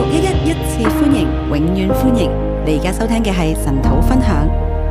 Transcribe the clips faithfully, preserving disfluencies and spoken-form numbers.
六一一一次歡迎，永遠歡迎！你而家收聽嘅係神土分享。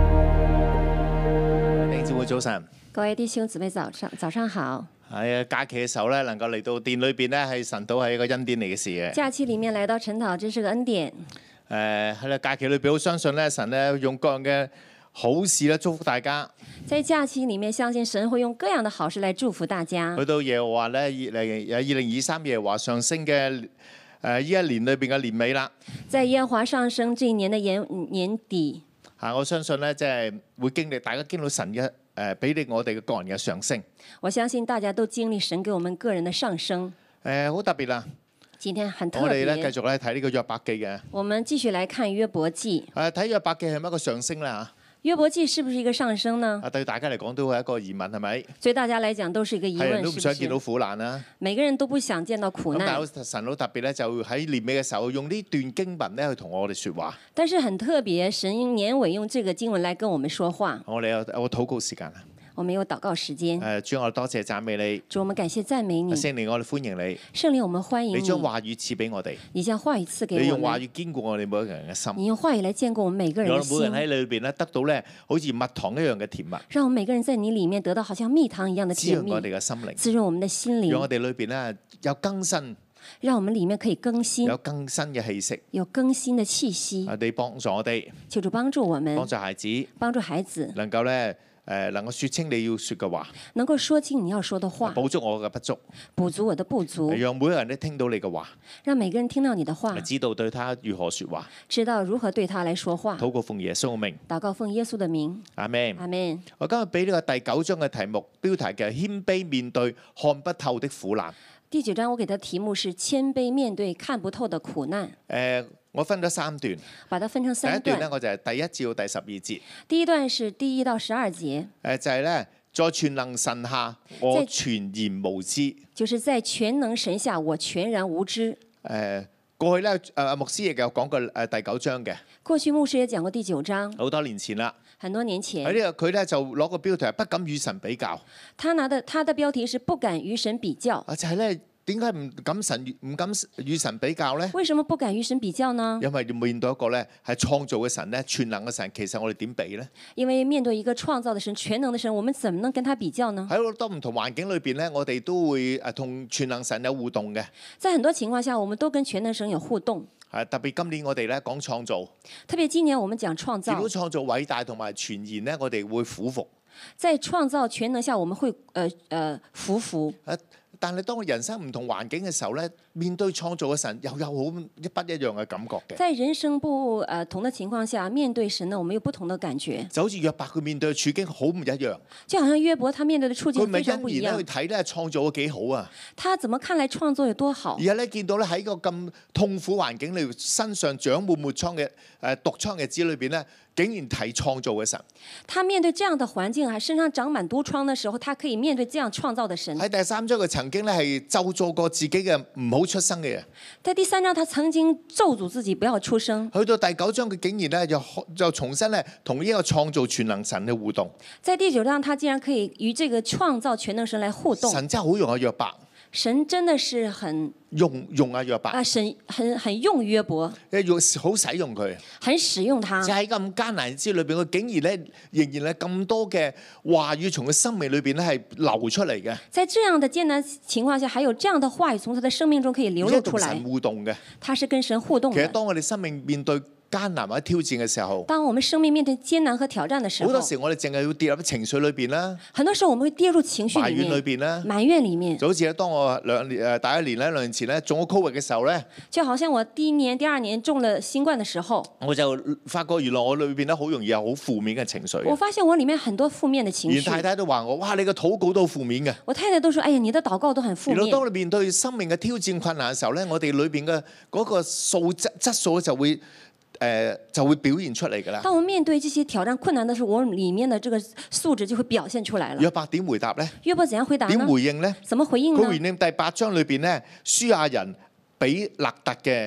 弟兄姊妹早晨， 各位弟兄姊妹早上早上好。 係啊，假期嘅時候咧，能夠嚟到殿裏邊咧，係神土係一個恩典嚟嘅事嘅。 假期裡面來到晨禱，真是個恩典。 誒喺啦，假期裏邊好相信咧，神咧用各樣嘅好事咧祝福大家。 在假期裡面，相信神會用各樣的好事來祝福大家。 去到耶和華咧，二零有二零二三耶和華上升嘅誒呢一年裏邊嘅年尾啦。 在耶和華上升這一年的年年底。 嚇，我相信咧，即係會經歷大家經歷神嘅誒俾你我哋嘅個人嘅上升。 我相信大家都經歷神給我們個人的上升。 誒好特別啦！ 今天很特別。 我哋咧繼續咧睇呢個約伯記嘅。 我們繼續來看約伯記。 誒睇約伯記係咪一個上升咧嚇？ 約伯記是不是一個上升呢？ 啊，對大家嚟講都係一個疑問，係咪？ 對大家來講都是一個疑問， 係人都唔想是不是見到苦難啦。 每個人都不想見到苦難。 咁但係神好特別咧，就喺年尾嘅時候用呢段經文咧去同我哋説話。 但是很特別，神年尾用這個經文來跟我們說話。 我哋有有個禱告時間啊。 我們有禱告時間。 誒，主，我多謝讚美你。 主，我們感謝讚美你。 聖靈，我哋歡迎你。 聖靈，我們歡迎你。 你將話語賜俾我哋。 你將話語賜給我們。 你用話語堅固我哋每一個人嘅心。 你用話語來堅固我們每個人嘅心。 讓每人喺裏邊咧得到咧好似蜜糖一樣嘅甜蜜。 讓我們每個人在你裡面得到好像蜜糖一樣的甜蜜。 滋潤我哋嘅心靈。 滋潤我們的心靈。 讓我哋裏邊咧有更新。 讓我們裡面可以更新。 有更新嘅氣息。 有更新的氣息。 啊，你幫助我哋。 求主幫助我們。 幫助孩子。 幫助孩子。 能夠咧。誒能夠説清你要説嘅話， 能夠說清你要說的話， 補足我嘅不足， 補足我的不足， 讓每個人都聽到你嘅話， 讓每個人聽到你的話， 知道對他如何説話， 知道如何對他來說話。 禱告奉耶穌名， 禱告奉耶穌的名， 阿門， 阿門。 我今日俾呢個第九章嘅題目標題嘅謙卑面對看不透的苦難。 第九章我給他題目是謙卑面對看不透的苦難。 誒。我分咗三段， 把它分成三段。 第一段咧，我就係第一至到第十二節。 第一段是第一到十二節。 誒就係咧，在全能神下，我全然無知。 就是在全能神下，我全然無知。 誒過去咧，誒牧師亦有講過誒第九章嘅。 過去牧師也講過第九章。 好多年前啦。 很多年前。 喺呢個佢咧就攞個標題係不敢與神比較。 他拿的他的標題是不敢與神比較。 啊，就係咧。點解唔敢神唔敢與神比較呢？ 為什麼不敢與神比較呢？ 因為要面對一個咧係創造嘅神咧，全能嘅神，其實我哋點比呢？ 因為面對一個創造嘅神、全能嘅神，我們怎麼能跟他比較呢？ 喺好多唔同環境裏邊咧，我哋都會誒同全能神有互動嘅。 在很多情況下，我們都跟全能神有互動。 係特別今年我哋咧講創造， 特別今年我們講創造。 如果創造偉大同埋全然咧，我哋會俯服。 在創造全能下，我們會誒誒俯服。 但係當人生唔同環境嘅時候咧，面對創造嘅神又有好不一樣嘅感覺嘅。 在人生不誒同的情況下，面對神呢，我們有不同的感覺。 就好似約伯佢面對嘅處境好唔一樣。 就好像約伯他面對嘅處境非常不一樣。 佢咪欣然咧去睇咧創造咗幾好啊？ 他怎麼看來創造有多好？ 而家咧見到咧喺個咁痛苦環境裏，身上長滿沒瘡嘅誒毒瘡嘅子裏邊咧，竟然提創造嘅神。 他面對這樣的環境啊，身上長滿毒瘡的時候，他可以面對這樣創造的神。 喺第三章佢曾經咧係咒詛過自己嘅唔好出生嘅人。 在第三章，他曾經咒詛自己不要出生。 去到第九章，佢竟然咧就就重新咧同呢個創造全能神嘅互動。 在第九章，他竟然可以與這個創造全能神來互動。 神真係好用啊約伯。 神真的是很用用啊約伯啊，神很很用約伯， 用好使用佢， 很使用他。 就喺咁艱難之裏邊，佢竟然咧仍然咧咁多嘅話語從佢生命裏邊咧係流出嚟嘅。 在這樣的艱難情況下，還有這樣的話語從他的生命中可以流露出來。 同神互動嘅， 他是跟神互動的。 其實當我哋生命面對艱難或者挑戰嘅時候， 當我們生命面對艱難和挑戰的時候， 好多時我哋淨係要跌入情緒裏邊啦。 很多時候我們會跌入情緒埋怨裏邊啦， 埋怨裡面。 就好似咧，當我兩年誒第一年咧兩年前咧中咗 Covid 嘅時候咧， 就好像我第一年、第二年中了新冠嘅時候， 我就發覺原來我裏邊咧好容易有好負面嘅情緒。 我發現我裡面很多負面嘅情緒。 連太太都話我：哇，你個禱告都好負面嘅。 我太太都說：哎呀，你的禱告都很負面。 原來當你面對生命嘅挑戰困難嘅時候咧，我哋裏邊嘅嗰個素質質素就會。誒、呃、就會表現出嚟㗎啦。 當我們面對這些挑戰困難的時候，我裡面的這個素質就會表現出來了。 約伯點回答呢？ 約伯怎樣回答呢？ 點回應呢？ 怎麼回應呢？ 佢回應第八章裏邊呢，書亞人比勒特嘅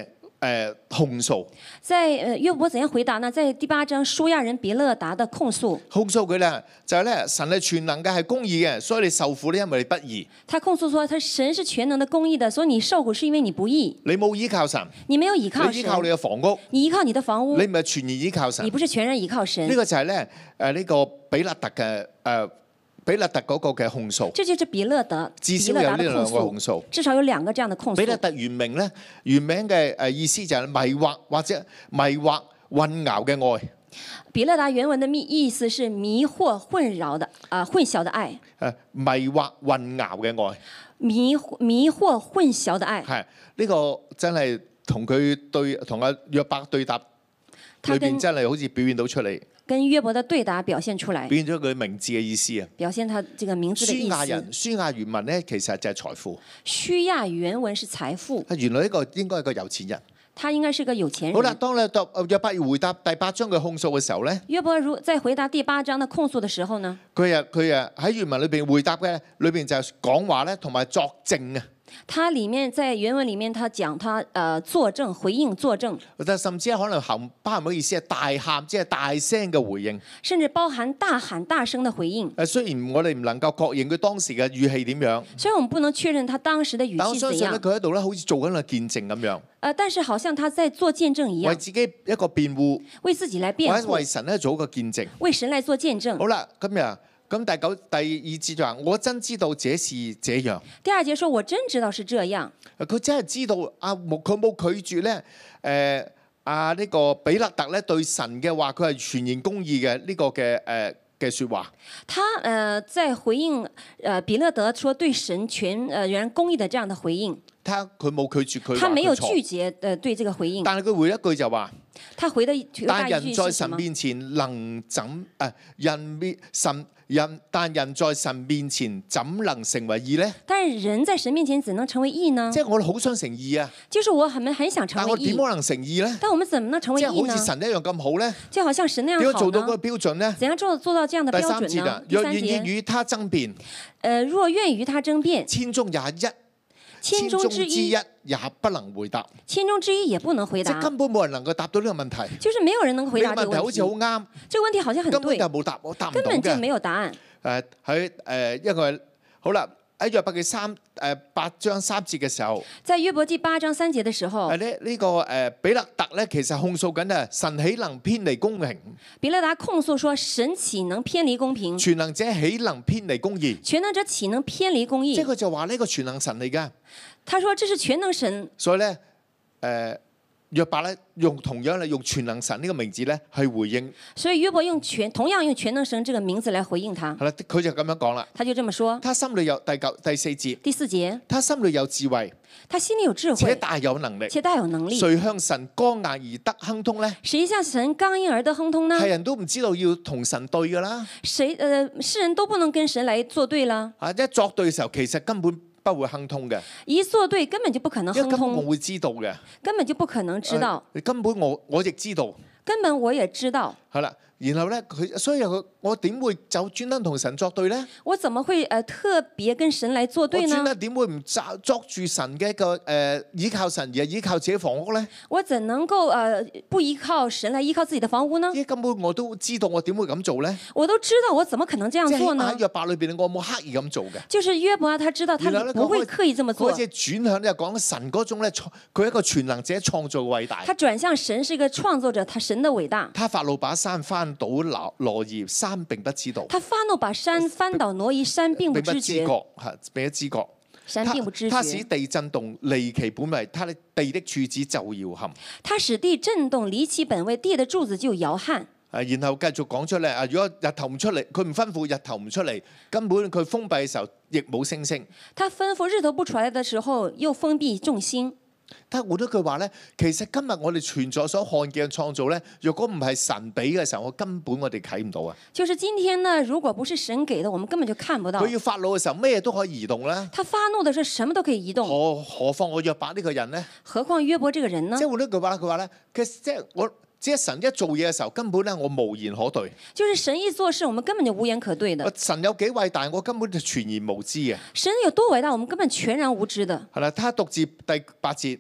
誒控訴， 在呃約伯怎樣回答呢？在第八章書亞人別勒達的控訴， 控訴佢咧就係咧神係全能嘅，係公義嘅，所以你受苦咧因為你不義。 他控訴說，他神是全能的、公義的，所以你受苦是因為你不義。 你冇依靠神， 你沒有倚靠神， 你依靠你嘅房屋， 你依靠你的房屋， 你唔係全然依靠神。 你不是全然倚靠神。 呢個就係咧誒呢個比勒特嘅誒比勒特嗰個嘅控訴。 這就是比勒德， 至少有呢兩個控訴， 至少有兩個這樣的控訴。 比勒特原名咧原名嘅誒意思就係迷惑或者迷惑混淆嘅愛。 比勒達原文的意思是迷惑混淆的啊、呃、混淆的愛。 誒迷惑混淆嘅愛。 迷迷惑混淆的愛。 係呢、這個真係同佢對同阿約伯對答裏邊真係好似表現到出嚟。 跟約伯的對答表現出來， 表現咗佢名字嘅意思啊！ 表現他這個名字的意思。 書亞人，書亞原文咧其實就係財富。 書亞原文是財富。 原來呢個應該係個有錢人。 他應該是個有錢人。 好啦，當你讀約伯要回答第八章嘅控訴嘅時候咧， 約伯如在回答第八章的控訴嘅時候呢？ 佢啊佢啊喺原文裏邊回答嘅裏邊就係講話咧，同埋作證啊。 他裡面在原文裡面，他講他誒作證回應作證， 但甚至可能含包含嘅意思係大喊，即係大聲嘅回應， 甚至包含大喊大聲嘅回應。 誒雖然我哋唔能夠確認佢當時嘅語氣點樣， 雖然我們不能確認他當時的語氣怎樣， 但我相信咧佢喺度咧好似做緊個見證咁樣。 誒，但是好像他在做見證一樣， 為自己一個辯護， 為自己來辯護， 或者為神咧做一個見證， 為神來做見證。 好啦，今日。咁第九第二節就話：我真知道這是這樣。 第二節說：我真知道是這樣。 佢真係知道阿木，佢冇拒絕咧。誒阿呢個比勒特咧對神嘅話，佢係全然公義嘅呢個嘅誒嘅説話。 他誒、呃、在回應誒、呃、比勒德說對神全誒原公義的這樣的回應。 他佢冇拒絕佢， 他沒有拒絕誒對這個回應。 但係佢回一句就話： 他回的但人在神面前能怎誒、呃、人面神。人但人在神面前怎能成為義呢？ 但人在神面前怎能成為義呢？ 即係我哋好想成義啊！ 就是我很很想成為義。 但我點可能成義呢？ 但我們怎麼能成為義呢？ 即係好似神一樣咁好呢？ 就好像神那樣好呢？ 點樣做到嗰個標準呢？ 怎樣做做到這樣的標準呢？ 第三節啊，若願意與他爭辯， 誒，若願與他爭辯， 千中也一。 千中之一也不能回答， 千中之一也不能回答， 即根本冇人能夠答到呢個問題。 就是沒有人能回答這個問題。 問題好似好啱， 這個問題好像很對， 根本就冇答，我答唔到嘅。 根本就沒有答案。 誒喺誒一個好啦，喺約伯記三誒八章三節嘅時候， 在約伯記八章三節嘅時候， 誒呢呢個誒比勒特咧，其實控訴緊啊，神豈能偏離公平？ 比勒達控訴說，神豈能偏離公平？ 全能者豈能偏離公義？ 全能者豈能偏離公義？ 即係佢就話呢個全能神嚟㗎。 他說這是全能神。所以咧，誒、 呃。約伯咧用同樣咧用全能神呢個名字咧去回應， 所以約伯用全同樣用全能神這個名字來回應他。 係啦，佢就咁樣講啦。 他就這麼說。 他心裏有第九第四節。 第四節。 他心裏有智慧。 他心裏有智慧。 且大有能力。 且大有能力。 誰向神剛硬而得亨通咧？ 誰向神剛硬而得亨通呢？ 係人都唔知道要同神對噶啦。 誰誒、呃，世人都不能跟神來作對啦。 啊，一作對嘅時候，其實根本不會亨通嘅， 一作對根本就不可能亨通， 根本我會知道嘅， 根本就不可能知道。 呃、根本我我亦知道， 根本我也知道。 係啦，然後咧佢，所以佢我點會就專登同神作對咧？ 我怎麼會誒、呃、特別跟神來作對呢？ 我專登點會唔抓捉住神嘅一個誒、呃、依靠神而係依靠自己房屋咧？ 我怎能夠誒、呃、不依靠神來依靠自己的房屋呢？ 因為根本我都知道我點會咁做咧？ 我都知道我怎麼可能這樣做呢？ 喺約伯裏邊，我冇刻意咁做嘅。 就是約伯，他知道他不會刻意這麼做。 佢只轉向咧講神嗰種咧，佢一個全能者創造嘅偉大。 他轉向神是一個創造者，他神的偉大。 他發怒把山翻倒挪挪移，山並不知道。 他發怒把山翻倒挪移，山並不知覺。 嚇，並不知覺。 山並不知覺。 他使地震動，離其本位，他的地的柱子就搖撼。 他使地震動，離其本位，地的柱子就搖撼。 啊，然後繼續講出嚟啊！如果日頭唔出嚟，佢唔吩咐日頭唔出嚟，根本佢封閉嘅時候亦冇星星。 他吩咐日頭不出來的時候，又封閉眾星。 但係換咗句話咧，其實今日我哋存在所看見嘅創造咧，若果唔係神俾嘅時候，我根本我哋睇唔到啊。 就是今天呢，如果不是神給的，我們根本就看不到。 佢要發怒嘅時候，咩都可以移動啦。 他發怒的時候，什麼都可以移動。 何何況我約伯呢個人咧？ 何況約伯這個人呢？ 即係換咗句話，佢話咧，其實即係我。即係神一做嘢嘅時候，根本咧我無言可對。就是神一做事，我們根本就無言可對的。神有幾偉大，我根本就全然無知嘅。神有多偉大，我們根本全然無知的。係啦，他獨自第八節。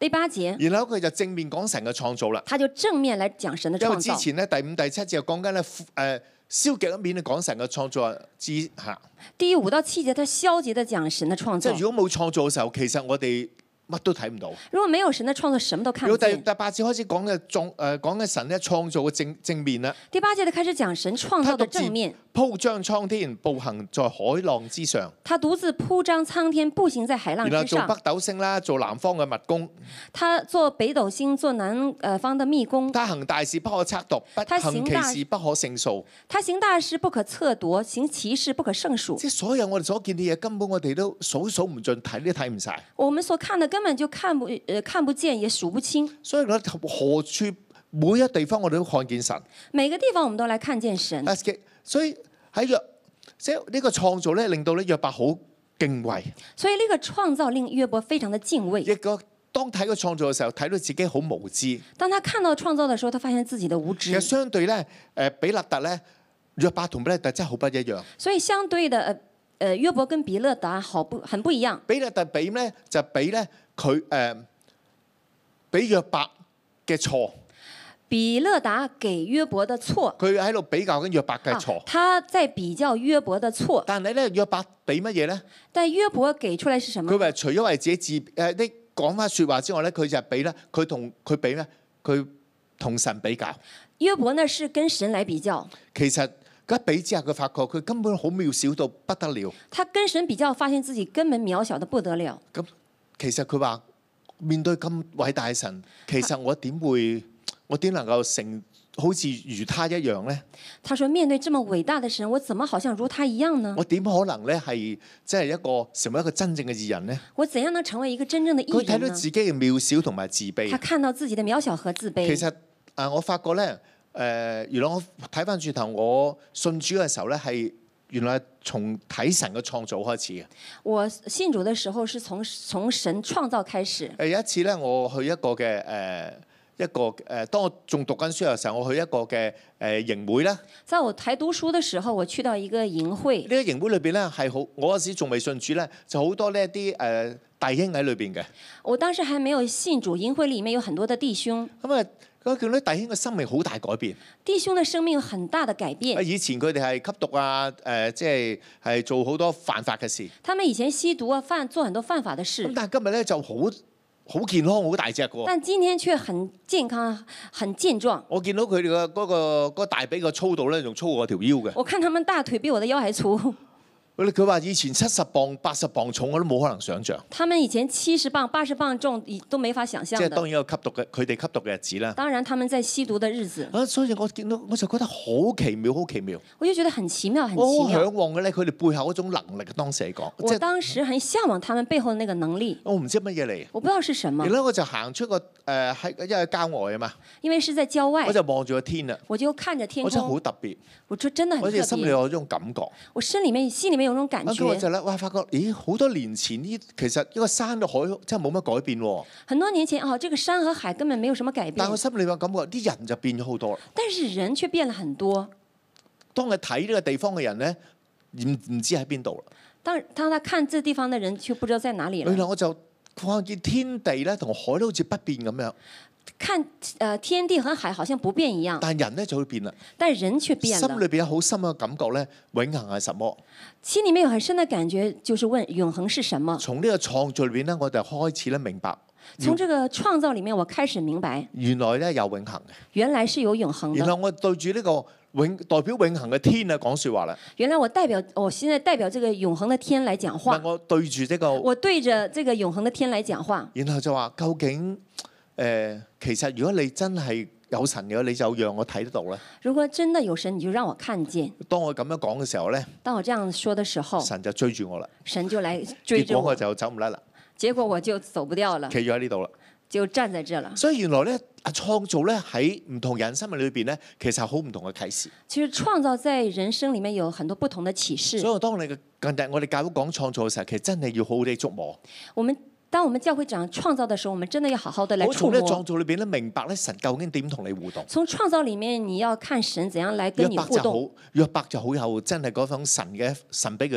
第八節， 然後佢就正面講神嘅創造啦。 他就正面來講神的因為創造。 之前咧第五、第七節講緊咧誒消極一面講神嘅創造之下。 第五到七節，他消極的講神的創造。 即係如果冇創造嘅時候，其實我哋乜都睇唔到。 如果沒有神的創造，什麼都看如果第不見。 第八節開始講嘅創誒講嘅神咧創造嘅正正面啦。 第八節就開始講神創造的正面。 鋪張蒼天，步行在海浪之上。 他獨自鋪張蒼天，步行在海浪之上。 然後做北斗星啦，做南方嘅密宮。 他做北斗星，做南誒方的密宮。 他行大事不可測度，不行奇事不可勝數。 他行大事不可測度，行奇事不可勝數。 即係所有我哋所見嘅嘢，根本我哋都數數唔盡，睇都睇唔晒。 我們所看的根本就看不誒、呃、看不見，也數不清。 所以咧，何處每一地方我哋都看見神。 每個地方我們都來看見神。 所以喺約即係呢個創造咧，令到咧約伯好敬畏。 所以呢個創造令約伯非常的敬畏。 一個當睇個創造嘅時候，睇到自己好無知。 當他看到創造嘅時候，他發現自己的無知。 其實相對咧，誒比勒特咧，約伯同比勒特真係好不一樣。 所以相對的，誒、呃、誒約伯跟比勒達好不很不一樣。 比勒特比咧就比咧佢誒比約伯嘅錯。 比勒達給約伯的錯， 佢喺度比較緊約伯嘅錯。 他在比較約伯的錯。 但係咧，約伯俾乜嘢咧？ 但約伯給出來是什麼？ 佢話除咗為自己自誒啲講翻説話之外咧，佢就係俾咧，佢同佢俾咧，佢同神比較。 約伯呢是跟神來比較。 其實一比之下，佢發覺佢根本好渺小到不得了。 他跟神比較，發現自己根本渺小得不得了。 咁其實佢話面對咁偉大嘅神，其實我點會？我點能夠成好似如他一樣呢？ 他說：面對這麼偉大的神，我怎麼好像如他一樣呢？ 我點可能咧係即係一個成為一個真正嘅義人呢？ 我怎樣能成為一個真正的義人呢？ 佢睇到自己嘅渺小同埋自卑。 他看到自己的渺小和自卑。 其實啊，我發覺咧，誒、呃，原來我睇翻轉頭，我信主嘅時候咧，係原來從睇神嘅創造開始嘅。 我信主嘅時候是從從神創造開始。 誒有一次咧，我去一個嘅誒。呃一個誒，當我仲讀緊書嘅時候，我去一個嘅誒營會啦。 在我台讀書嘅時候，我去到一個營會。呢個營會裏邊咧係好，我嗰時仲未信主咧，就好多呢一啲誒弟兄喺裏邊嘅。 我當時還沒有信主，營會裡面有很多的弟兄。 咁啊，嗰叫啲弟兄嘅生命好大改變。 弟兄嘅生命有很大的改變。 以前佢哋係吸毒啊，誒即係係做好多犯法嘅事。 他們以前吸毒啊，犯做很多犯法嘅事。 咁但係今日咧就好。好健康，好大隻嘅。 但今天卻很健康，很健壯。 我見到佢哋嘅嗰個嗰個大髀嘅粗度咧，仲粗過我條腰嘅。 我看他們大腿比我的腰還粗。 佢話以前七十磅、八十磅重，我都冇可能想像。 他們以前七十磅、八十磅重，都沒法想象。 即係當然有吸毒嘅，佢哋吸毒嘅日子啦。 當然他們在吸毒的日子。 啊，所以我見到我就覺得好奇妙，好奇妙。 我就覺得很奇妙，很奇妙。 我好嚮往嘅咧，佢哋背後嗰種能力，當時嚟講。 我當時很嚮往他們背後的那個能力。 我唔知乜嘢嚟。 我不知道是什麼。 然後我就行出個誒喺，因為郊外啊嘛。 因為是在郊外。 我就望住個天啊。 我就看着天空。 我真係好特別。 我覺得真的很特別。 我哋心裏有一種感覺。 我心裡面心裡面有種感覺。 就咧，哇！發覺，咦，好多年前呢，其實一個山到海真係冇乜改變喎。 很多年前，哦，這個山和海根本沒有什麼改變。 但我心裏面感覺，啲人就變咗好多啦。 但是人卻變了很多。 當佢睇呢個地方嘅人咧，唔唔知喺邊度啦。 當當他看這地方嘅人，卻不知道在哪裡了。 原來我就看見天地咧同海都好似不變咁樣。 看，誒、呃，天地和海好像不變一樣。 但人咧就會變啦。 但人卻變了。 心裏邊有好深嘅感覺咧，永恆係什麼？ 心裡面有很深的感覺，就是問永恆是什麼？ 從呢個創造裏邊咧，我就開始咧明白。 從這個創造裡面，我開始明白。 原來咧有永恆嘅。 原來是有永恆的。 原來我對住呢個永代表永恆嘅天啊講説話啦。 原來我代表，我現在代表這個永恆的天來講話。 我對住呢個。 我對着這個永恆的天來講話。 然後就話究竟。誒、呃，其實如果你真係有神嘅話，你就讓我睇得到咧。 如果真的有神，你就讓我看見。 當我咁樣講嘅時候咧， 當我這樣說的時候， 神就追住我啦。 神就來追住我， 結果我就走唔甩啦。 結果我就走不掉了， 企咗喺呢度啦， 就站在這了。 所以原來咧，啊創造咧喺唔同人生命裏邊咧，其實好唔同嘅啟示。 其實創造在人生裡面有很多不同的啟示。 所以當你嘅近日我哋教會講創造嘅時候，其實真係要好好地觸摸。 我們當我們教會講創造的時候，我們真的要好好的來觸摸。 從呢個創造裏邊咧，明白咧神究竟點同你互動。 從創造裡面，你要看神怎樣來跟你互動。 約伯就好，約伯就好有真係嗰種神嘅神俾佢一份。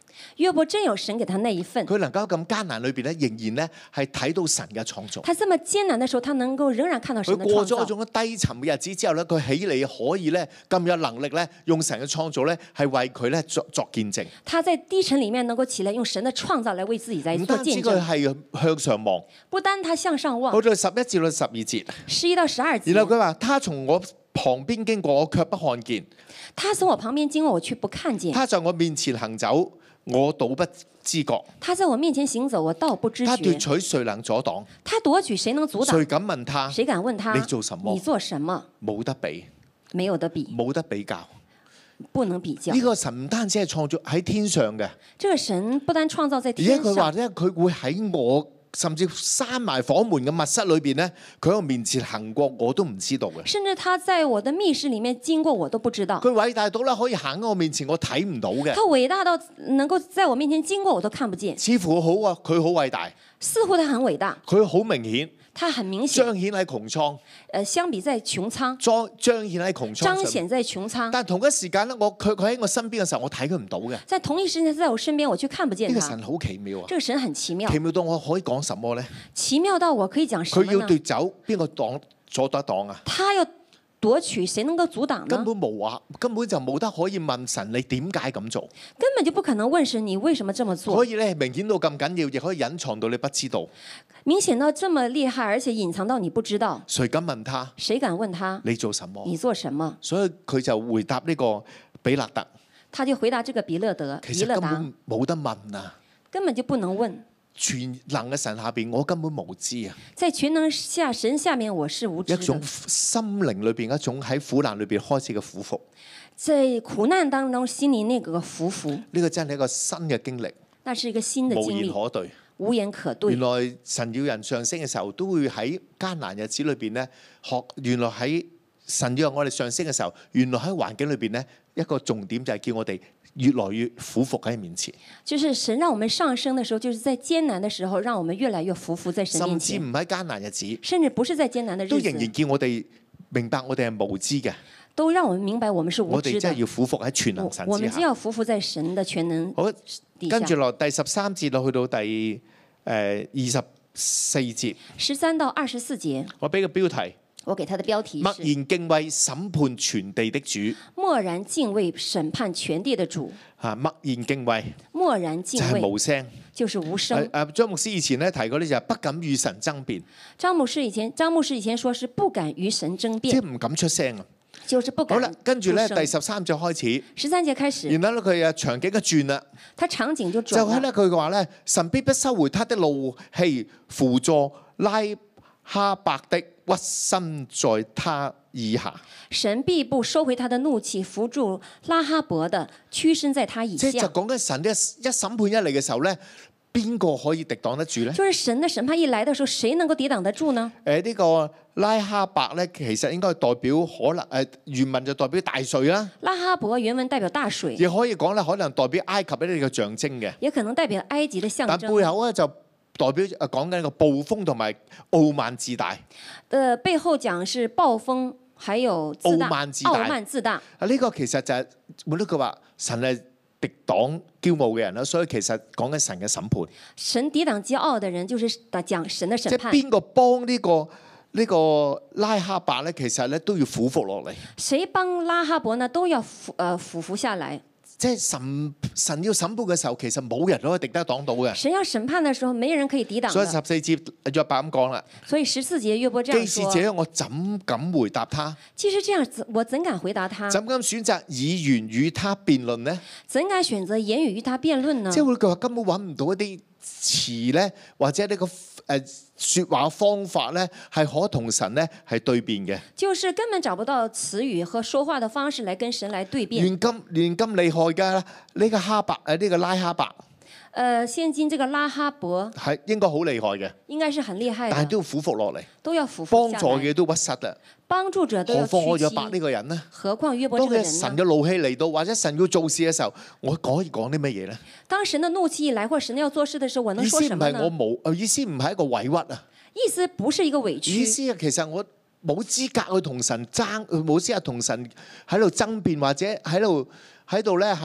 約伯真有神給他那一份。 佢能夠咁艱難裏邊咧，仍然咧係睇到神嘅創造。 他這麼艱難的時候，他能夠仍然看到神佢的創造。 過咗一種低沉嘅日子之後咧，佢起嚟可以咧咁有能力咧，用神嘅創造咧係為佢咧作作見證。 他在低沉裡面能夠起來，用神的創造來為自己在唔做見單止佢證。 係向上望， 不單他向上望好，到十一至到十二節， 十一到十二節。 然後佢話：他從我旁邊經過，我卻不看見； 他從我旁邊經過，我卻不看見。 他在我面前行走，我倒不知覺。 他在我面前行走，我倒不知他奪覺。 取，誰能阻擋？ 他奪取，誰能阻擋？ 誰敢問他？ 誰敢問他？ 你做什麼？ 你做什麼？ 冇得比， 沒有得比， 冇得比較。 不能比較。 呢個神唔單止係創造喺天上嘅， 這個神不單創造在而且天佢話上， 咧，佢會喺我甚至閂埋房門嘅密室裏邊咧，佢喺我面前行過，我都唔知道嘅。 甚至他在我的密室裡面經過，我都不知道。 佢偉大到咧，可以行喺我面前，我睇唔到嘅。 他偉大到能夠在我面前經過，我都看不見。 似乎好啊，佢好偉大， 似乎他很偉大， 佢好明顯， 他很明顯。 彰顯喺穹蒼， 呃，相比在穹蒼， 彰彰顯喺穹蒼上。 彰顯在穹蒼。 但同一時間咧，我佢佢喺我身邊嘅時候，我睇佢唔到嘅。呢在同一時間，在我身邊，我卻看不見他。 個神好奇妙啊！ 這個神很奇妙， 奇妙到我可以講什麼咧？ 奇妙到我可以講什佢要麼呢？ 奪走，邊個擋阻得擋啊？ 他要奪取，誰能夠阻擋根呢？ 本冇話，根本就冇得可以問神你點解咁做。 根本就不可能問神你為什麼這麼可做。 以咧明顯到咁緊要，亦可以隱藏到你不知道。 明顯到這麼厲害，而且隱藏到你不知道。 誰敢問他？ 誰敢問他你做什麼？ 你做什麼？ 所以佢就回答呢個比勒特， 他就回答這個比勒德， 其實根比勒達本冇得問啊！ 根本就不能問。 全能嘅神下邊，我根本無知啊！ 在全能下神下面，我是無知一種的。 心靈裏邊一種喺苦難裏邊開始嘅苦服， 在苦難當中，心裡那個服服， 呢個真係一個新嘅經歷， 那是一個新的無經歷， 言可對。 無言可對原。來神要人上升嘅時候，都會喺艱難日子裏邊咧學。原來喺神要我哋上升嘅時候，原來喺環境裏邊咧一個重點就係叫我哋越來越俯伏喺面前， 就是神讓我們上升的時候，就是在艱難的時候，讓我們越來越服服在神面甚至前。 唔喺艱難日子， 甚至不是在艱難的日都仍然子， 叫我哋明白我哋係無知嘅。 都讓我們明白我們是無知的我哋真係。要俯伏喺全能神我我之下。 們就要服服在神的全能好， 底下跟住落第十三節落去到第誒二十四節， 十三到二十四節， 我俾個標題： 我給他的標題默是然敬畏審判全地的主。 “默然敬畏審判全地的主嚇，默然敬畏”。 默然敬就係畏無聲。 就是無聲誒。誒，張牧師以前咧提過呢，就係不敢與神爭辯， 張牧師以前，張牧師以前說是不敢與神爭辯， 即係唔敢出聲啊。 就是不敢好啦，跟住咧出聲第十三節開始， 十三節開始， 然後咧佢啊場景一轉啦， 他場景就就轉了。 係咧佢話咧神必不收回他的怒氣，輔助拉哈伯的屈身在他以下。 神必不收回他的怒氣，扶助拉哈伯的屈身在他以即係就下。 講緊神一一審判一嚟嘅時候咧，邊個可以敵擋得住咧？ 就是神的審判一來的時候，誰能夠抵擋得住呢？ 誒呢個拉哈伯咧，其實應該代表可能誒原文就代表大水啦， 拉哈伯原文代表大水， 亦可以講咧可能代表埃及一啲嘅象徵嘅。 也可能代表埃及的象但背徵。 後咧就代表誒講緊個暴風同埋傲慢自大。 呃，背後講是暴風，還有自大傲慢自大傲慢自大。 啊！呢個其實就係每一句話，神係敵擋驕傲嘅人啦，所以其實講緊神嘅審判。 神抵擋驕傲的人，就是講神的即係審判。 邊個幫呢個呢個拉哈伯咧？其實咧都要俯伏落嚟。 誰幫拉哈伯呢？都要俯呃俯伏下來。 即係神神要審判嘅時候，其實冇人可以敵得擋到嘅。 神要審判的時候，沒人可以抵擋所以十的。 四節約伯咁講啦， 所以十四節約伯這既樣說： 是這樣，我怎敢回答他？ 既是這樣，我怎敢回答他？ 怎敢選擇以言與他辯論呢？ 怎敢選擇言語與他辯論呢即？係會佢話根本揾唔到一啲詞咧，或者呢個誒説話方法咧，係可同神咧係對辯嘅。 就是根本找不到詞語和說話的方式來跟神來對辯。 現今現今厲害嘅呢個哈伯誒呢個拉哈伯呃，現今這個拉哈伯係應該好厲害嘅， 應該是很厲害的， 但係都要俯伏落嚟， 都要俯幫伏下來。 助嘅都屈膝啦。 幫助者都何要況我約伯呢屈膝。 個人呢？ 何況約伯這當佢個人呢？ 神嘅怒氣嚟到，或者神要做事嘅時候，我可以講啲乜嘢咧？ 當神的怒氣一來，或神要做事的時候，我能意思唔說什麼呢？ 係我冇，呃意思唔係一個委屈啊。 意思不是一個委意屈， 思啊，其實我冇資格去同神爭，冇資格同神喺度爭辯，或者喺度喺度咧係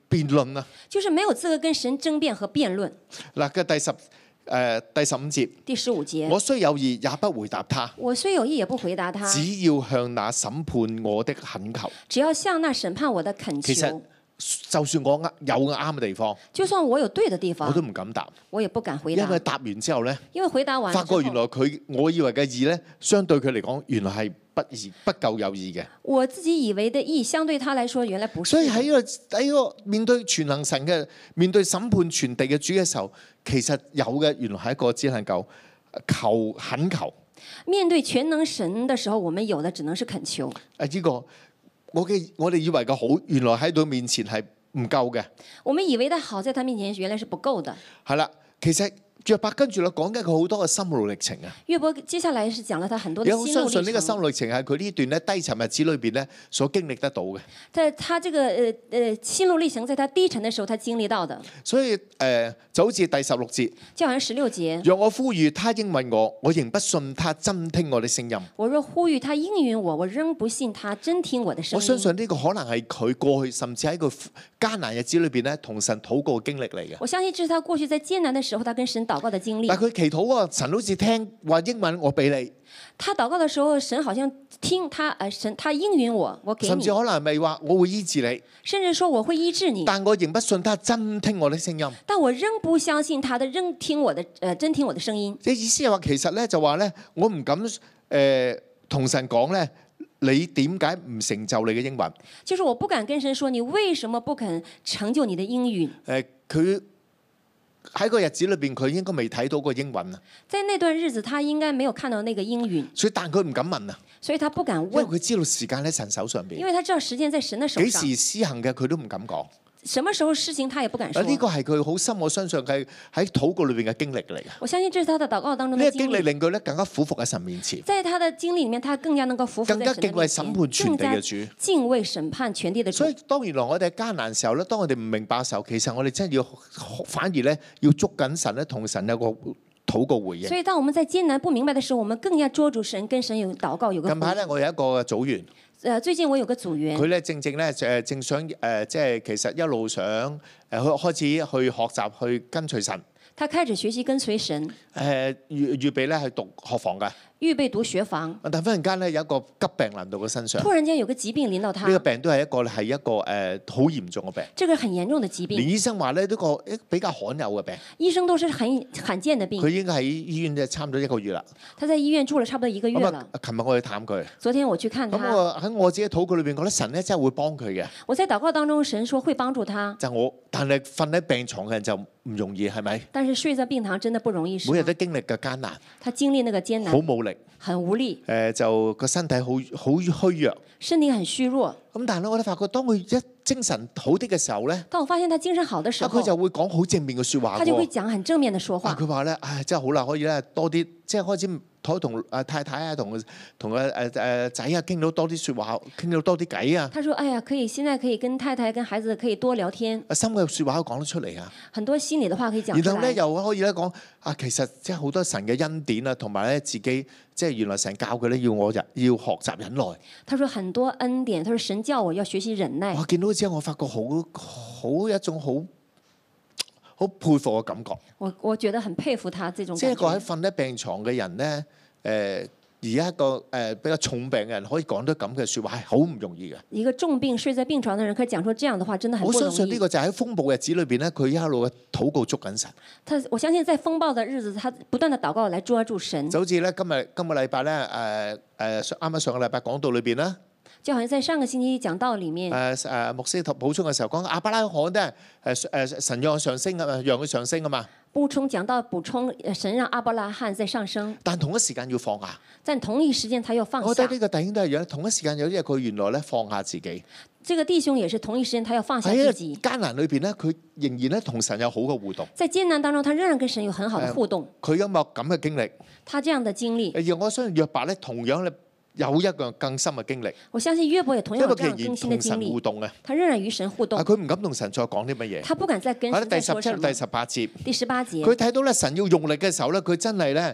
辯論啊。 就是沒有資格跟神爭辯和辯論。 嗱嘅第十誒、呃、第十五節， 第十五節， 我雖有義也不回答他， 我雖有義也不回答他， 只要向那審判我的懇求。 只要向那審判我的懇其實求。 就算我啱有啱嘅地方， 就算我有對的地方， 我都唔敢答， 我也不敢回答。 因為答完之後咧， 因為回答完之後， 發覺原來佢我以為嘅義咧，相對佢嚟講，原來係不義不夠有義嘅。 我自己以為的義，相對他來說，原來不是。 所以喺呢個喺呢個面對全能神嘅面對審判全地嘅主嘅時候，其實有嘅原來係一個只能夠求懇求。 面對全能神的時候，我們有的只能是懇求。 誒，呢個我嘅我哋以為嘅好，原來喺佢面前係唔夠嘅。 我們以為的好，在他面前原來是不夠的。 係啦，其實約伯跟住咧講緊佢好多嘅心路歷程啊。 約伯接下來是講了他很多的心路歷程。 有相信呢個心路歷程係佢呢段咧低沉日子裏邊咧所經歷得到嘅。 在他這個誒誒心路歷程，在他低沉的時候，他經歷到的。 所以誒、呃、就好似第十六節， 就好像十六節， 若我呼籲他應允我，我仍不信他真聽我的聲音。 我若呼籲他應允我，我仍不信他真聽我的聲音。 我相信呢個可能係佢過去甚至喺個艱難日子裏邊咧同神禱告嘅經歷嚟嘅。 我相信這是他過去在艱難的時候，他跟神禱告的經歷。 但佢祈禱啊，神好似聽話應允我俾你。 他禱告的時候，神好像聽他，誒神他應允我，我給你。 甚至可能係咪話我會醫治你？ 甚至說我會醫治你。 但我仍不信他真聽我的聲音。 但我仍不相信他的仍聽我的，誒、呃、真聽我的聲音。 即係意思係話，其實咧就話咧，我唔敢誒同、呃、神講咧，你點解唔成就你嘅應允？ 就是我不敢跟神說，你為什麼不肯成就你的應允？ 誒佢。喺個日子裏邊，佢應該未睇到個應允啊！ 在那段日子，他應該沒有看到那個應允， 所以但佢唔敢問啊！ 所以他不敢問， 因為佢知道時間喺神手上邊。 因為他知道時間在神的手上。 幾時施行嘅佢都唔敢講。 什麼時候施行，他也不敢說。 呢個係佢好深，我相信係喺禱告裏邊嘅經歷嚟嘅。 我相信這是他的禱告當中呢的經歷。 個經歷令佢咧更加俯伏喺神面前。 在他的經歷裏面，他更加能夠俯伏在神的面前， 更加敬畏審判全地嘅主， 敬畏審判全地的主。 所以當原來我哋艱難時候咧，當我哋唔明白嘅時候，其實我哋真係要反而咧要捉緊神咧，同神有個禱告回應。 所以當我們在艱難不明白的時候，我們更加捉住神，跟神有禱告有個。 近排咧，我有一個組員。 誒，最近我有個組員， 佢咧正正咧誒正想誒、呃，即係其實一路想誒開開始去學習去跟隨神。 他開始學習跟隨神。誒、 呃，預預備咧去讀學房㗎。 預備讀學房， 但忽然間咧有一個急病臨到佢身上。 突然間有個疾病臨到他。 呢個病都係一個係一個誒好嚴重嘅病。 這個很嚴重的疾病。 連醫生話咧呢個比較罕有嘅病。 醫生都是很罕見的病。 佢已經喺醫院咧差唔多一個月啦。 他在醫院住了差不多一個月了。 琴日我去探佢。 昨天我去看他。 咁我喺我自己禱告裏邊覺得神咧真係會幫佢嘅。 我在禱告當中，神說會幫助他。 就我，但係瞓喺病床嘅人就唔容易，係咪？ 但是睡在病床真的不容易。 每日都經歷嘅艱難。 他經歷那個艱難。 好冇力。 很無力。 誒、呃、就個身體好好虛弱， 身體很虛弱。 咁但係咧，我哋發覺當佢一精神好啲嘅時候咧， 當我發現他精神好的時候， 佢就會講好正面嘅説話。 他就會講很正面的說話。 佢話咧，唉，真係好啦，可以咧多啲，即係開始可同啊太太啊，同同啊誒誒仔啊傾到多啲説話，傾到多啲偈啊。 他說：哎呀，可以，現在可以跟太太、跟孩子可以多聊天。 心嘅説話都講得出嚟啊！ 很多心裡的話可以講出來。 然後咧又可以咧講啊，其實即係好多神嘅恩典啊，同埋咧自己即係原來神教佢咧要我忍要學習忍耐。他說很多恩典，他說神教我要學習忍耐。 我見到之後，我發覺好好一種好好佩服嘅感覺。 我我覺得很佩服他這種。 即係一個喺瞓喺病床嘅人咧，誒、呃。而家一個誒、呃、比較重病嘅人可以講得咁嘅説話係好唔容易嘅。一個重病睡在病床嘅人可以講出這樣的話，真的很不容易。我相信呢個就喺風暴日子裏邊咧，佢一路嘅禱告捉緊神。他我相信在風暴嘅日子，他不斷嘅禱告來捉住神。就好似咧今日今個禮拜咧誒誒啱啱上個禮拜講道裏邊啦。就好像在上個星期講道裡面。誒誒、呃、牧師補充嘅時候講亞伯拉罕咧誒誒神讓佢上升啊嘛，讓佢上升啊嘛。補充講到補充，神讓亞伯拉罕在上升，但同一時間要放下。但同一時間他又放下。我覺得呢個弟兄都係樣，同一時間有啲嘢佢原來咧放下自己。這個弟兄也是同一時間他要放下自己。喺艱難裏邊咧，佢仍然咧同神有好嘅互動。在艱難當中，他仍然跟神有很好的互動。佢有冇咁嘅經歷？他這樣的經歷。而我相信約伯咧，同樣咧。有一個更深嘅經歷，我相信約伯也同樣有這樣更新嘅經歷。互動嘅，他仍然與神互動。佢唔敢同神再講啲乜嘢。他不敢再跟神再說什麼。第十七、第十八節。第十八節。佢睇到咧神要用力嘅時候咧，佢真係咧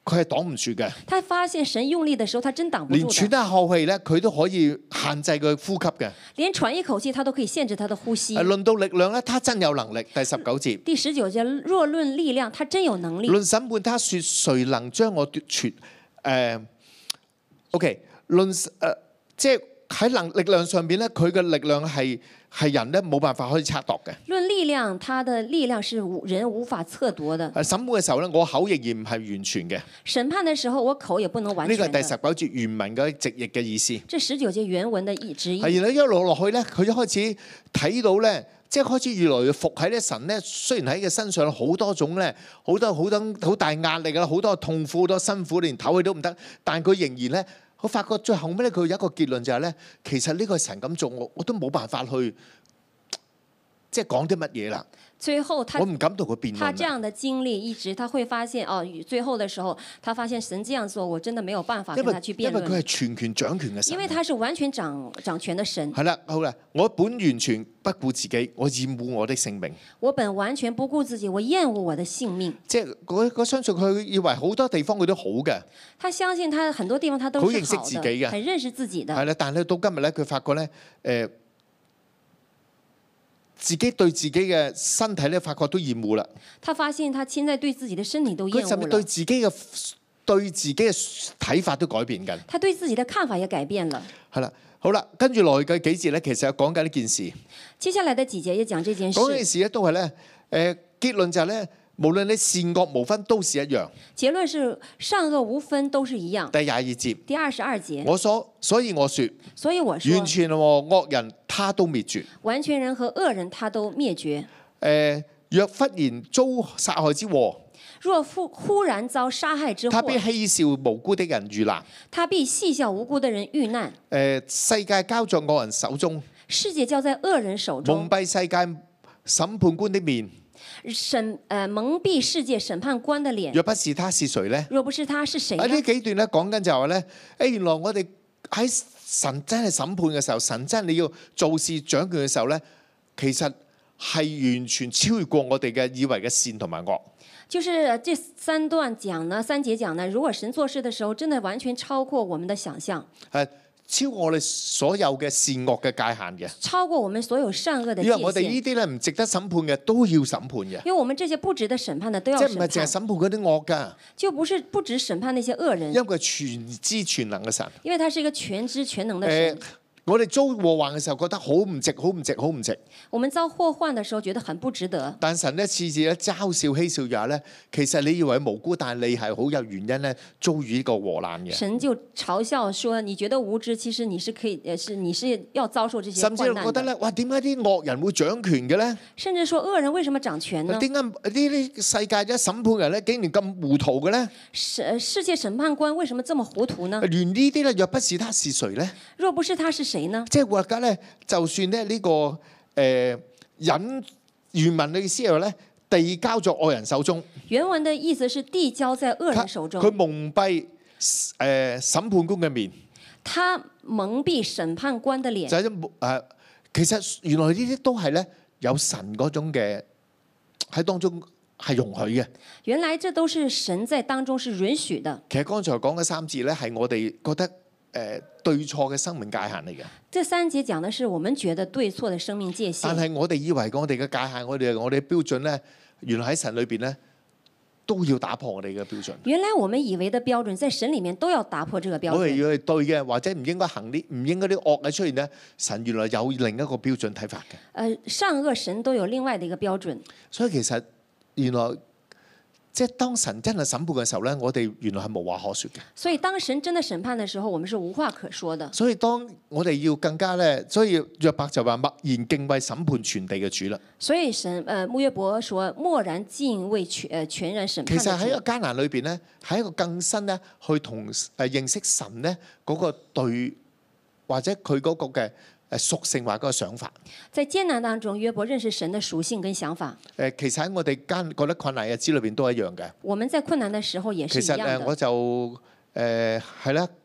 佢係擋唔住嘅。 他發現神用力的時候，他真擋不住連喘的。 一口氣咧，佢都可以限制佢呼吸嘅。 連喘一口氣，他都可以限制他的呼吸。 論到力量咧，他真有能力。第十九節。 第十九節，若論力量，他真有能力。 論審判，他說誰能將我奪脱？誒、呃、，OK， 論誒、呃，即係喺能力量上邊咧，佢嘅力量係係人咧冇辦法可以測度嘅。 論力量，他的力量是人無法測度的。 誒，審判嘅時候咧，我口仍然唔係完全嘅。 審判嘅時候，我口也不能完全。 呢個係第十九節原文嘅直譯嘅意思。 這十九節原文嘅意旨意。 係啦，一路落去咧，佢一開始睇到咧。即係開始越來越服喺咧神咧，雖然喺佢身上好多種咧，好多好多好大壓力啊，好多痛苦，好多辛苦，連唞氣都唔得。但佢仍然咧，我發覺最後尾咧，佢有一個結論就係咧，其實呢個神咁做，我我都冇辦法去即係講啲乜嘢啦。 最後他， 我唔敢同佢辯論。 他這樣的經歷一直，他會發現哦，最後的時候，他發現神這樣做，我真的沒有辦法跟他去辯論。 因為佢係全權掌權嘅神。 因為他是完全掌掌權的神。 係啦，好啦，我本完全不顧自己，我厭惡我的性命。 我本完全不顧自己，我厭惡我的性命。 即係我我相信佢以為好多地方佢都好嘅。 他相信他很多地方他都是好的， 好認識自己嘅， 很認識自己的。 係啦，但係到今日咧，佢發覺咧，誒、呃。自己對自己嘅身體咧，發覺都厭惡啦。他發現他現在對自己的身體都厭惡了。 佢甚至對自己嘅對自己嘅睇法都改變緊。 他對自己的看法也改變了。 係啦，好啦，跟住落去嘅幾節咧，其實講緊呢件事。 接下來的幾節也講這件事。 講呢件事咧，都係咧，誒、呃，結論就係咧，無論你善惡無分，都是一樣。 結論是善惡無分，都是一樣。 第廿二節。 第二十二節。 我所所以我說。 所以我說。 完全惡人他都滅絕。 完全人和惡人他都滅絕。誒、 呃，若忽然遭殺害之禍。 若忽忽然遭殺害之禍。 他必嬉笑無辜的人遇難。 他必嬉笑無辜的人遇難。誒、 呃，世界交在惡人手中。 世界交在惡人手中。 蒙蔽世界審判官的面。 審誒、呃、蒙蔽世界審判官的臉。 若不是他是誰呢？ 若不是他是誰呢？ 喺呢幾段咧講緊就係話咧，誒原來我哋喺神真係審判嘅時候，神真係你要做事掌權嘅時候咧，其實係完全超越過我哋嘅以為嘅善同埋惡。 就是這三段講呢，三節講呢，如果神做事嘅時候，真的完全超過我們的想象。係。超過我哋所有嘅善惡嘅界限嘅，超過我們所有善惡嘅界限。因為我哋呢啲咧唔值得審判嘅，都要審判嘅。因為我們這些不值得審判嘅，都要審判。即係唔係淨係審判嗰啲惡噶？就不是不止審判那些惡人。因為佢全知全能嘅神。因為他是一個全知全能嘅神。呃我哋遭禍患嘅時候，覺得好唔值，好唔值，好唔值。我們遭禍患嘅時候，覺得很不值得。但神咧次次咧嘲笑嬉笑也咧，其實你以為無辜，但係你係好有原因咧遭遇呢個禍難嘅。神就嘲笑說：你覺得無知，其實你是可以，誒，是你是要遭受這些患難。甚至覺得咧，哇，點解啲惡人會掌權嘅咧？甚至說惡人為什麼掌權呢？點解呢啲世界嘅審判人咧，竟然咁糊塗嘅咧？世世界審判官為什麼這麼糊塗呢？連呢啲咧，若不是他是誰咧？若不是他是誰呢？即係話家咧，就算咧、這、呢個誒、呃、引原文嘅意思係咧，地交在惡人手中。原文嘅意思是地交在惡人手中。佢蒙蔽誒、呃、審判官嘅面。他蒙蔽審判官嘅臉。就係誒、呃，其實原來呢啲都係咧有神嗰種嘅喺當中係容許嘅。原來這都是神在當中是允許的。其實剛才講嘅三節咧，係我哋覺得。誒對錯嘅生命界限嚟嘅。這三節講的是我們覺得對錯嘅生命界限。但係我哋以為我哋嘅界限，我哋我哋嘅標準咧，原來喺神裏邊咧都要打破我哋嘅標準。原來我們以為嘅標準，在神裡面都要打破這個標準。我哋要係對嘅，或者唔應該行啲唔應該啲惡嘅出現咧，神原來有另一個標準睇法嘅。誒善惡神都有另外嘅一個標準。所以其實原來。即係當神真係審判嘅時候咧，我哋原來係無話可說嘅。所以當神真的審判嘅時候，我們是無話可說的。所以當我哋要更加咧，所以約伯就話默然敬畏審判全地嘅主啦。所以神誒，穆約伯說默然敬畏全誒全然審判。其實喺個艱難裏邊咧，係一個更新咧，去同誒認識神咧嗰個對或者佢嗰個嘅。誒屬性或嗰個想法，在艱難當中，約伯認識神的屬性跟想法。誒，其實喺我哋艱覺得困難嘅日子裏邊都一樣嘅。我們在困難的時候也是一樣的。其實誒，我就誒係啦，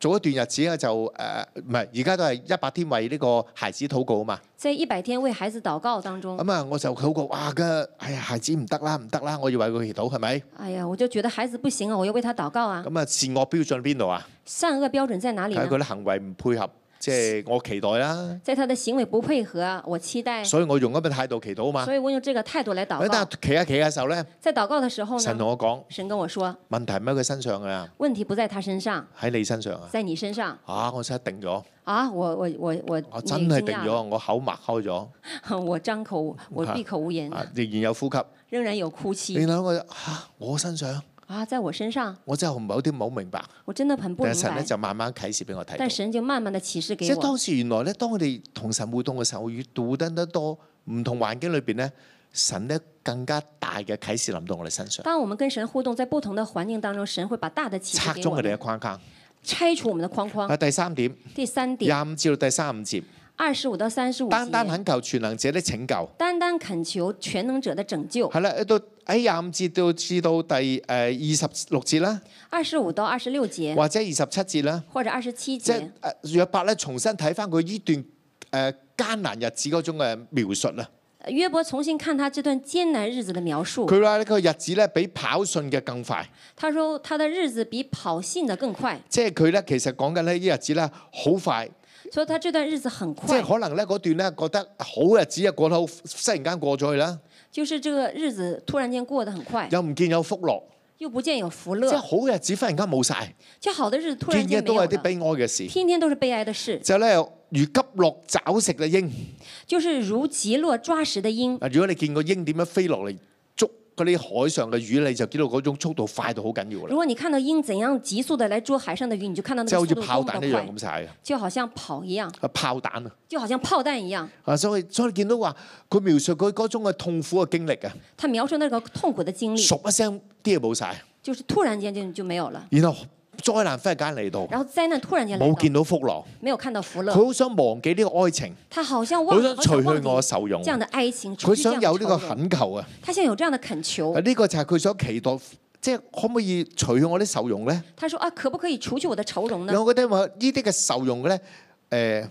早一段日子咧就誒唔係，而家都係一百天為呢個孩子禱告啊嘛。 在一百天為孩子禱告當中， 咁啊我就禱告，哇嘅，哎呀孩子唔得啦唔得啦，我要為佢祈禱係咪？ 哎呀，我就覺得孩子不行啊，我要為他禱告啊。 咁啊善惡標準喺邊度啊？ 善惡標準在哪裡呢？ 係佢啲行為唔配合。即係我期待啦， 在他的行為不配合，我期待， 所以我用咁嘅態度祈禱啊嘛。 所以我用這個態度來禱告。 但係企下企下嘅時候咧， 在禱告嘅時候呢， 神同我講， 神跟我說， 問題唔喺佢身上㗎， 問題不在他身上， 喺你身上啊， 在你身上。 啊，我真係定咗， 啊，我我我我， 我真係定咗，我口擘開咗， 我張口我閉口無言， 啊，仍然有呼吸， 仍然有哭泣。 然後我啊，我身上。 啊，在我身上， 我真係唔係有啲唔好明白。 我真的很不明白。 但神咧就慢慢啟示俾我睇。 但神就慢慢的啟示給我。 即係當時原來咧，當我哋同神互動嘅時候，越互動得多，唔同環境裏邊咧，神咧更加大嘅啟示臨到我哋身上。 當我們跟神互動，在不同的環境當中，神會把大的啟示給我們。 拆中佢哋嘅框框， 拆除我們的框框。 啊，第三點。 第三點。 廿五至到第三十五節。 二十五到三十五節。 單單懇求全能者的拯救。 單單懇求全能者的拯救。 係啦，到喺廿五節到至到第誒二十六節啦。 二十五到二十六節。 或者二十七節啦。 或者二十七節。 即係誒約伯咧，重新睇翻佢呢段誒艱難日子嗰種嘅描述啦。 約伯重新看他這段艱難日子的描述。 佢話呢個日子咧比跑信嘅更快。 他說他的日子比跑信的更快。 即係佢咧，其實講緊呢啲日子咧好快。 所以他這段日子很快。 即係可能咧嗰段咧覺得好日子啊過得好，忽然間過咗去啦。 就是這個日子突然間過得很快。 又唔見有福樂。 又不見有福樂。 即係好日子忽然間冇晒。 就好的日子突然間沒有了。天天都係啲悲哀嘅事。 天天都是悲哀的事。 就咧如急落抓食嘅鷹。 就是如急落抓食的鷹。 如果你見個鷹點樣飛落嚟捉嗰啲海上嘅魚，你就知道嗰種速度快到好緊要啦。 如果你看到鷹怎樣急速地來捉海上的魚，你就看到那個速度多麼的快。 就好似炮彈一樣咁晒嘅。就好像跑一樣。 啊，炮彈啊！ 就好像炮彈一樣。 啊，所以所以見到話佢描述佢嗰種嘅痛苦嘅經歷啊。 他描述那個痛苦的經歷。 唰一聲啲嘢冇晒。 就是突然間就就沒有了。 然後災難忽然間嚟到。 然後災難突然間嚟到。 冇見到福樂。 沒有看到福樂。 佢好想忘記呢個愛情。 他好像忘。 好想除去我嘅愁容。 這樣的哀情。 佢想有呢個懇求啊。 他想有這樣的懇求。 呢個就係佢所期待，即係可唔可以除去我啲愁容咧？ 他說啊，可不可以除去我的愁容呢？ 我覺得話呢啲嘅愁容嘅咧，誒、呃，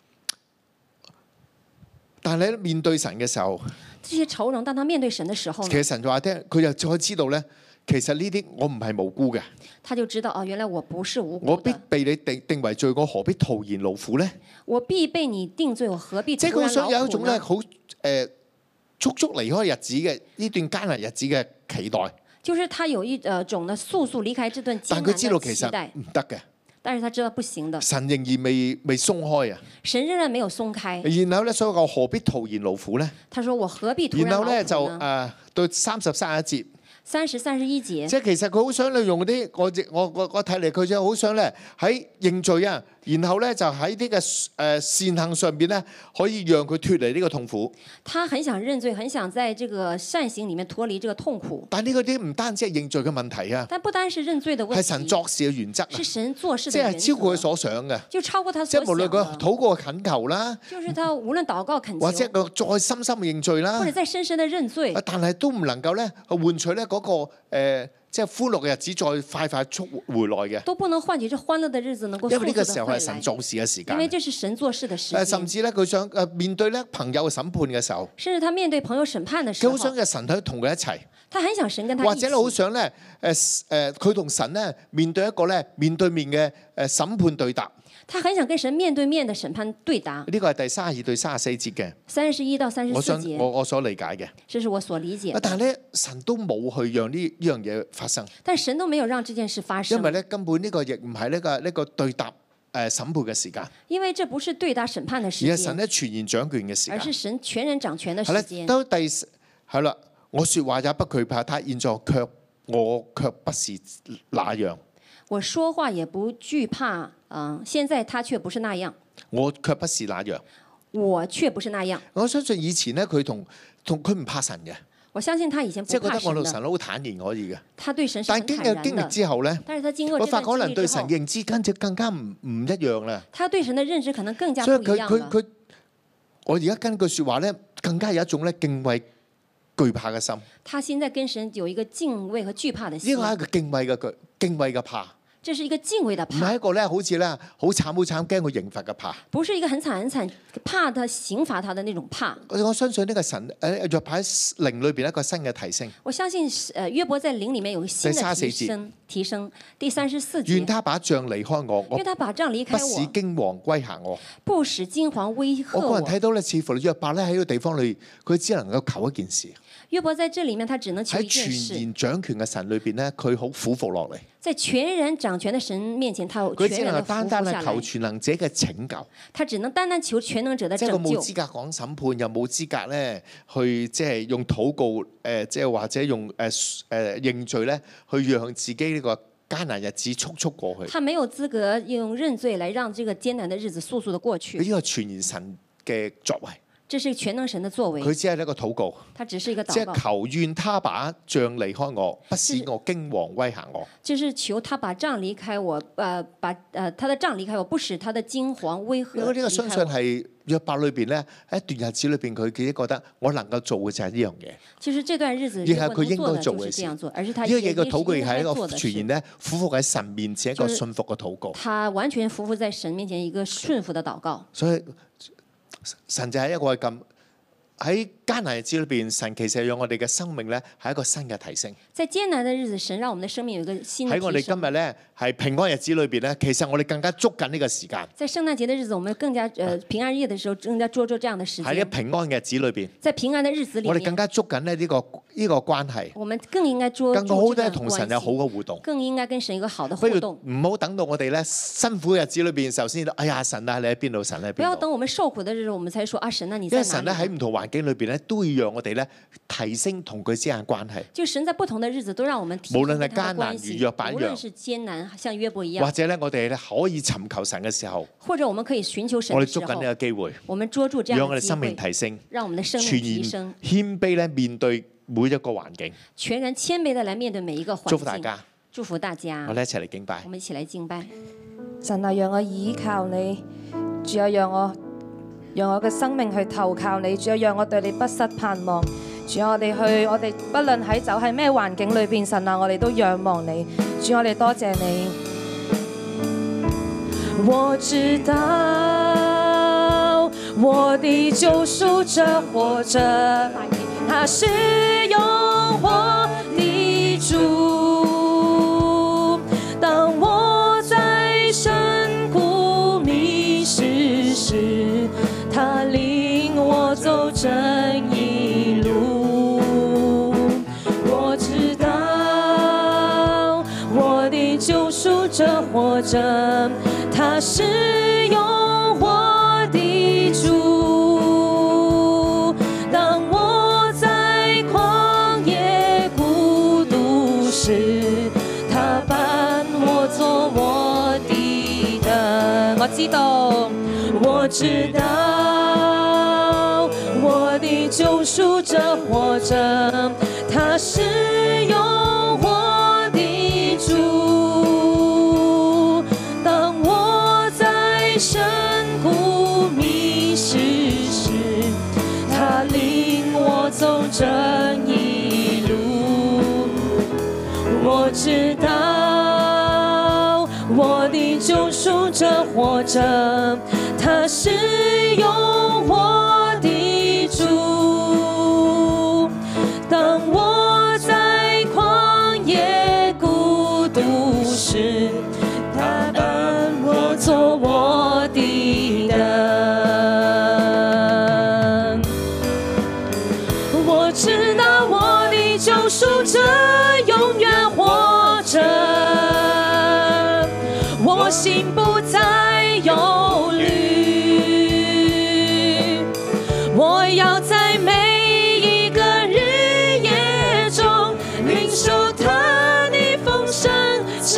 但係咧面對神嘅時候， 這些愁容，當他面對神嘅時候， 其實神就話聽，佢又再知道咧。其實呢啲我唔係無辜嘅， 他就知道哦，原來我不是無辜。 我必被你定定為罪，我何必徒然勞苦咧？ 我必被你定罪，我何必徒然勞苦呢？ 即係佢想有一種咧好誒速速離開日子嘅呢段艱難日子嘅期待。 就是他有一誒種呢速速離開這段艱難嘅期待。 但佢知道其實唔得嘅。 但是他知道不行的。 神仍然未未鬆開啊！ 神仍然沒有鬆開。 然後咧，所以我何必徒然勞苦咧？ 他說我何必徒然勞苦呢？ 然後咧就誒、呃、到三十三一節。 三十三十一節， 即係其實佢好想利用啲我我我我睇嚟佢就好想咧喺認罪啊，然後咧就喺啲嘅誒善行上邊咧可以讓佢脫離呢個痛苦。 他很想認罪，很想在這個善行裡面脫離這個痛苦。 但呢個啲唔單止係認罪嘅問題啊， 但不單是認罪的問題， 係神作事嘅原則， 是神做事的原則， 即係超過佢所想嘅， 就超過他所想。 即係無論佢禱告懇求啦， 就是他無論禱告懇求， 或者佢再深深嘅認罪啦， 或者再深深的認罪， 但係都唔能夠咧去換取咧嗰個誒。呃即係歡樂嘅日子再快快速回來嘅， 都不能換取這歡樂的日子能夠。 因為呢個時候係神做事嘅時間。 因為這是神做事的時間。 甚至咧佢想誒面對咧朋友嘅審判嘅時候， 甚至他面對朋友審判嘅時候， 佢好想嘅神去同佢一齊。 他很想神跟他一起。 或者你好想咧誒誒佢同神咧面對一個咧面對面嘅誒審判對答。 他很想跟神面對面的審判對答。 呢個係第三十二對三十四節嘅。 三十一到三十四節。 我想我我所理解嘅。 這是我所理解。 但係咧，神都冇去讓呢呢樣嘢發生。 但神都沒有讓這件事發生。 因為咧根本呢個亦唔係呢個呢個對答誒審判嘅時間。 因為這不是對答審判嘅時間。 而係神咧全然掌權嘅時間。 而是神全然掌權嘅時間。 都第係啦，我說話也不懼怕他，現在卻我卻不是那樣。 我說話也不懼怕，嗯，現在他卻不是那樣。 我卻不是那樣。 我卻不是那樣。 我相信以前咧，佢同同佢唔怕神嘅。 我相信他以前不怕神的。 即係覺得我同神好坦然可以嘅。 他對神是很坦然的。 但經歷經歷之後咧， 但是他經過我發覺可能對神認知跟住更加唔唔一樣啦。 他對神的認知可能更加不一樣。 所以佢佢佢，我而家根據説話咧，更加有一種咧敬畏懼怕嘅心。 他現在跟神有一個敬畏和懼怕的心。 呢個係一個敬畏嘅懼，敬畏嘅怕。 這是一個敬畏的怕， 唔係一個咧好似咧好慘好慘驚佢刑罰嘅怕。 不是一個很慘很慘怕他刑罰他的那種怕。 我相信呢個神誒約伯喺靈裏邊一個新嘅提升。 我相信誒約伯在靈裡面有個新嘅提升。提升第三十四節。 願他把杖離開我， 願他把杖離開我， 不使驚惶威嚇我。 不使驚惶威嚇我。 我個人睇到咧，似乎約伯咧喺呢個地方裏，佢只能夠求一件事。 約伯在這裡面，他只能求一件事。 喺全然掌權嘅神裏邊咧，佢好俯伏落嚟。 在全然掌權的神面前，他有全然的俯伏下來。佢只能單單求全能者嘅拯救。 他只能單單求全能者的拯救。 即係佢冇資格講審判，又冇資格咧去即係用禱告誒，即係或者用誒誒、呃、認罪咧，去讓自己呢個艱難日子速速過去。 他沒有資格用認罪來讓這個艱難的日子速速的過去。 呢個全然神嘅作為。 這是全能神的作為。 佢只係一個禱告。 他只是一個禱告。 即係求願他把杖離開我，不使我驚惶威嚇我。 就是求他把杖離開我，呃，把呃他的杖離開我，不使他的驚惶威嚇。 因為呢個相信係約伯裏邊咧，喺一段日子裏邊，佢自己覺得我能夠做嘅就係呢樣嘢。 其實這段日子， 亦係佢應該做嘅事。 而係他呢個嘢嘅禱告係一個全然咧，俯伏喺神面前一個信服嘅禱告。 他完全俯伏在神面前一個順服的禱告。 所以神就係一個咁。喺艱難日子裏邊，神其實讓我哋嘅生命咧係一個新嘅提升。 在艱難的日子，神讓我們的生命有一個新嘅提升。 喺我哋今日咧係平安日子裏邊咧，其實我哋更加捉緊呢個時間。 在聖誕節的日子，我們更加誒、呃、平安夜的時候，更加捉住這樣的時間。 喺呢平安嘅日子裏邊， 在平安的日子裏面， 我哋更加捉緊咧呢個呢個關係。 我們更應該捉住更好咧同神有好嘅互動， 更應該跟神有一個好的互動。 唔好等到我哋咧辛苦嘅日子裏邊，首先哎呀神啊，你喺邊度？神喺邊度？ 不要等我們受苦的日子，我們才說啊神啊，你在哪裡？ 因為神咧喺唔同環境裏邊咧，都要讓我哋咧提升同佢之間嘅關係。 就神在不同的日子都讓我們提升， 無論係艱難如約伯一樣， 無論是艱難像約伯一樣， 或者咧我哋咧可以尋求神嘅時候， 或者我們可以尋求神嘅時候， 我哋捉緊呢個機會， 我們捉住這樣嘅機會， 讓我哋生命提升， 讓我們的生命提升， 謙卑咧面對每一個環境， 全然謙卑地來面對每一個環境。 祝福大家， 祝福大家， 我哋一齊嚟敬拜， 我們一起來敬拜。 神啊，讓我倚靠你，主啊，讓我讓我嘅生命去投靠你，主啊，讓我對你不失盼望。主啊，我哋去，我哋不論喺走喺咩環境裏邊，神啊，我哋都仰望你。主，我哋多謝你。我知道我的救贖者活着，他是永活的主。當我在深谷迷失時，他領我走正義路。我知道我的救贖者活着，他是永活的主。當我在曠野孤獨時，他伴我做我的燈。我知道，我知道我的救贖者活着，他是永活的主。當我在深谷迷失時，他領我走正義路。我知道我的救贖者活着，他是永活的主。當我在曠野孤獨時，他伴我做我的燈。我知道我的救贖者永遠活着，我心不再憂慮。我要在每一個日夜中領受他的豐盛慈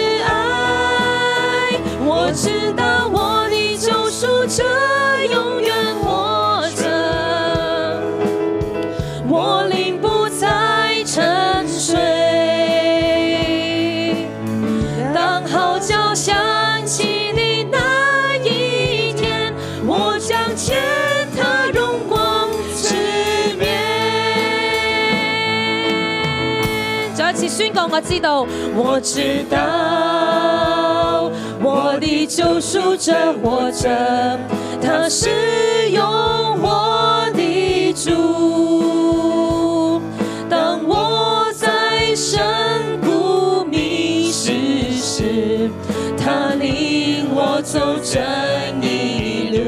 愛。我知道我的救贖者永遠活着，我靈不再沉睡。當號角響起的那一天，我將見他榮光之面。再一次宣告，我知道，我知道。 我的救赎者活着，他是永活的主。当我在深谷迷失时，他领我走正义路。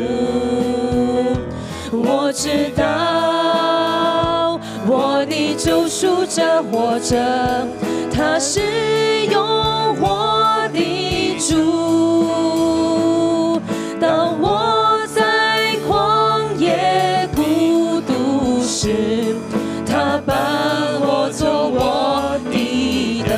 我知道我的救赎者活着，他是永活的主。当我在旷野孤独时，他伴我做我的灯。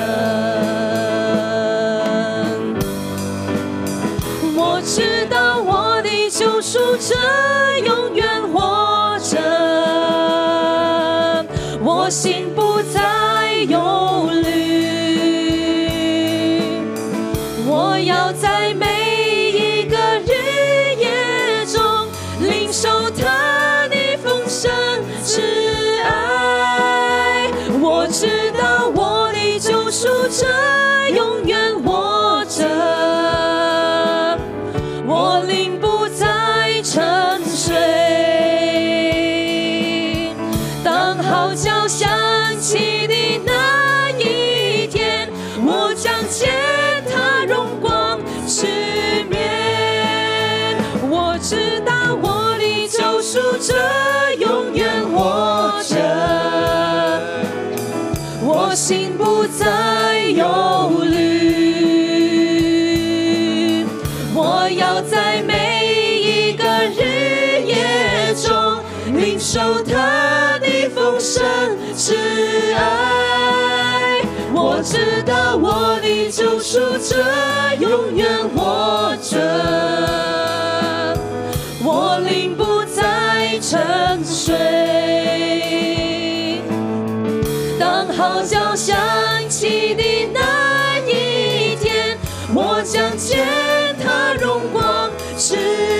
我知道我的救赎者永远活着，我心不再忧虑。我要在每一个日夜中领受他的丰盛慈爱。我知道我的救赎者永远活着，我灵不再沉睡。当号角响起的那一天，我将见他荣光失眠。我知道我的救赎者永远活着，我心不再忧虑。我要在每一个日夜中领受他的丰盛慈爱。我知道我的救赎者永远活着，我灵不再沉睡。当号角响起的那一天，我将见他荣光失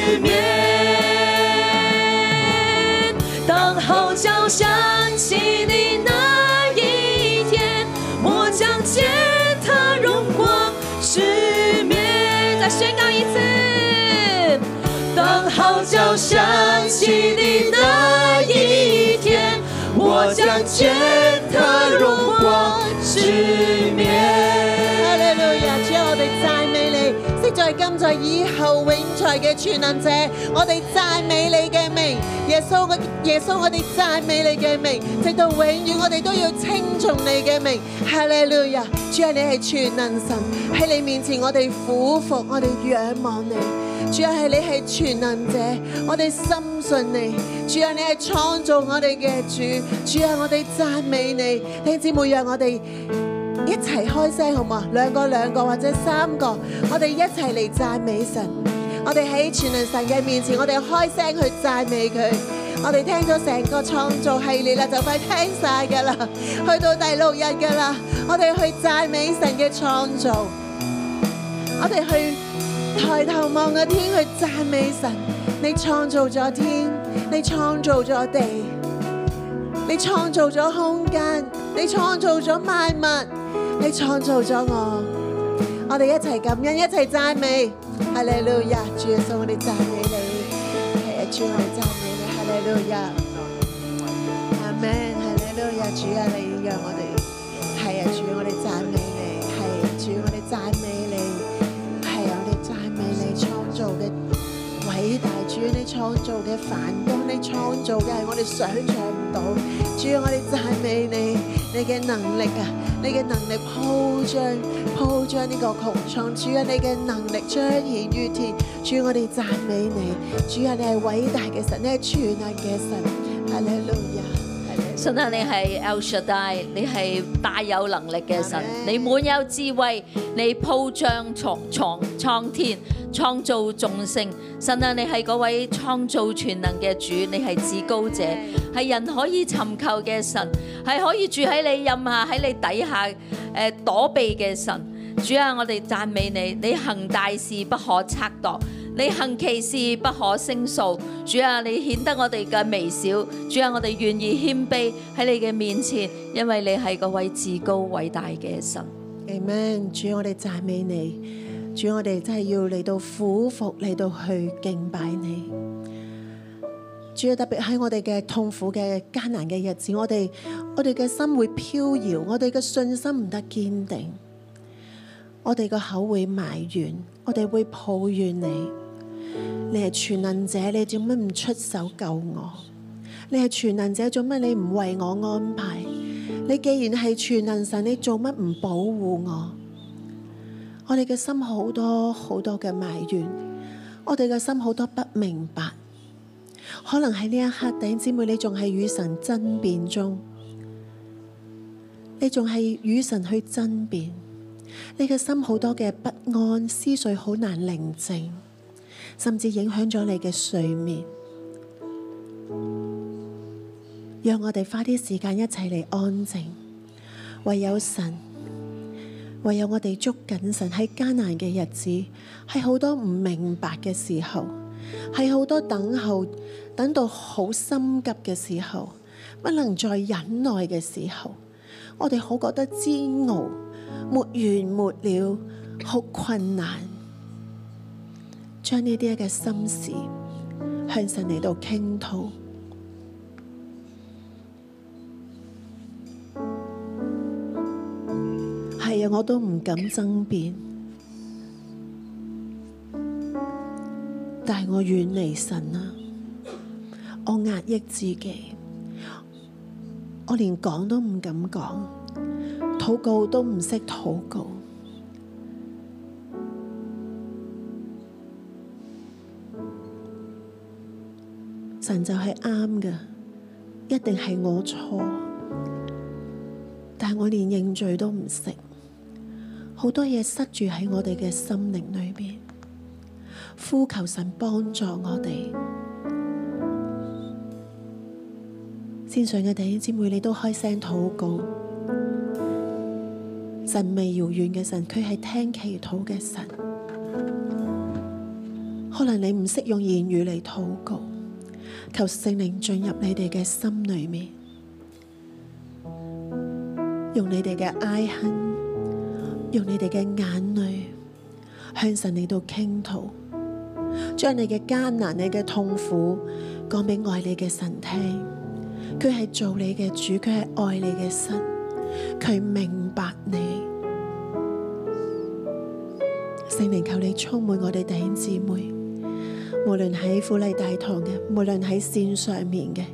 眠。当号角响起的那一天，我将见他荣光失眠。再宣告一次，当号角响起的那一天，我將見他榮光失眠。 哈利路亞！主啊，我哋讚美你，昔在今在以後永在嘅全能者，我哋讚美你嘅名，耶穌我耶穌我哋讚美你嘅名，直到永遠我哋都要稱頌你嘅名。哈利路亞！主啊，你係全能神，喺你面前我哋俯伏，我哋仰望你。主啊，係你係全能者，我哋深信你。主啊，你係創造我哋嘅主。主啊，我哋讚美你。弟兄姊妹，讓我哋一齊開聲好嘛？兩個兩個或者三個，我哋一齊嚟讚美神。我哋喺全能神嘅面前，我哋開聲去讚美佢。我哋聽咗成個創造系列啦，就快聽晒㗎啦，去到第六日㗎啦。我哋去讚美神嘅創造，我哋去抬頭望個天去讚美神。你創造咗天，你創造咗地，你創造咗空間，你創造咗萬物，你創造咗我。我哋一齊感恩，一齊讚美。哈利路亞！主耶穌，我哋讚美你。係啊，主，我哋讚美你。哈利路亞。阿門。哈利路亞！主啊，你讓我哋係啊，主，我哋讚美你。係主，我哋讚美你。係啊，我哋讚美你創造嘅偉大，主，你創造嘅繁多，你創造嘅係我哋想象唔到。主啊，我哋讚美你，你嘅能力啊，你嘅能力鋪張鋪張呢個穹蒼。主啊，你嘅能力彰顯於天。主，我哋讚美你。主啊，你係偉大嘅神，你係全能嘅神。哈利路亞。 神啊，你係 El Shaddai， 你係大有能力嘅神，你滿有智慧，你鋪張創創創天，創造眾星。神啊，你係嗰位創造全能嘅主，你係至高者，係人可以尋求嘅神，係可以住喺你蔭下，喺你底下誒、呃、躲避嘅神。主啊，我哋讚美你，你行大事不可測度，你行奇事不可勝數。主啊，你顯得我哋嘅微小。主啊，我哋願意謙卑喺你嘅面前，因為你係嗰位至高偉大嘅神。 Amen。主，我哋讚美你。 主，我哋真係要嚟到俯伏，嚟到去敬拜你。主啊，特別喺我哋嘅痛苦嘅艱難嘅日子，我哋我哋嘅心會飄搖，我哋嘅信心唔得堅定，我哋個口會埋怨，我哋會抱怨你。你係全能者，你做乜唔出手救我？你係全能者，做乜你唔為我安排？你既然係全能神，你做乜唔保護我？我哋嘅心好多好多嘅埋怨，我哋嘅心好多不明白。可能喺呢一刻，弟兄姊妹，你仲係與神爭辯中，你仲係與神去爭辯，你嘅心好多嘅不安，思緒好難寧靜，甚至影響咗你嘅睡眠。讓我哋花啲時間一齊嚟安靜，唯有神，唯有我哋捉緊神。喺艱難嘅日子，係好多唔明白嘅時候，係好多等候等到好心急嘅時候，不能再忍耐嘅時候，我哋好覺得煎熬，沒完沒了，好困難。將呢啲嘅心事向神嚟到傾吐。係啊，我都唔敢爭辯，但係我遠離神啊！我壓抑自己，我連講都唔敢講，禱告都唔識禱告。神就係啱嘅，一定係我錯，但係我連認罪都唔識。好多嘢塞住喺我哋嘅心靈裏邊，呼求神幫助我哋。線上嘅弟兄姊妹，你都開聲禱告。神未遙遠嘅神，佢係聽祈禱嘅神。可能你唔識用言語嚟禱告，求聖靈進入你哋嘅心裏面，用你哋嘅哀恨，用你哋嘅眼淚向神嚟到傾吐，將你嘅艱難、你嘅痛苦講俾愛你嘅神聽。佢係做你嘅主，佢係愛你嘅神，佢明白你。聖靈，求你充滿我哋弟兄姊妹，無論喺富麗大堂嘅，無論喺線上面嘅，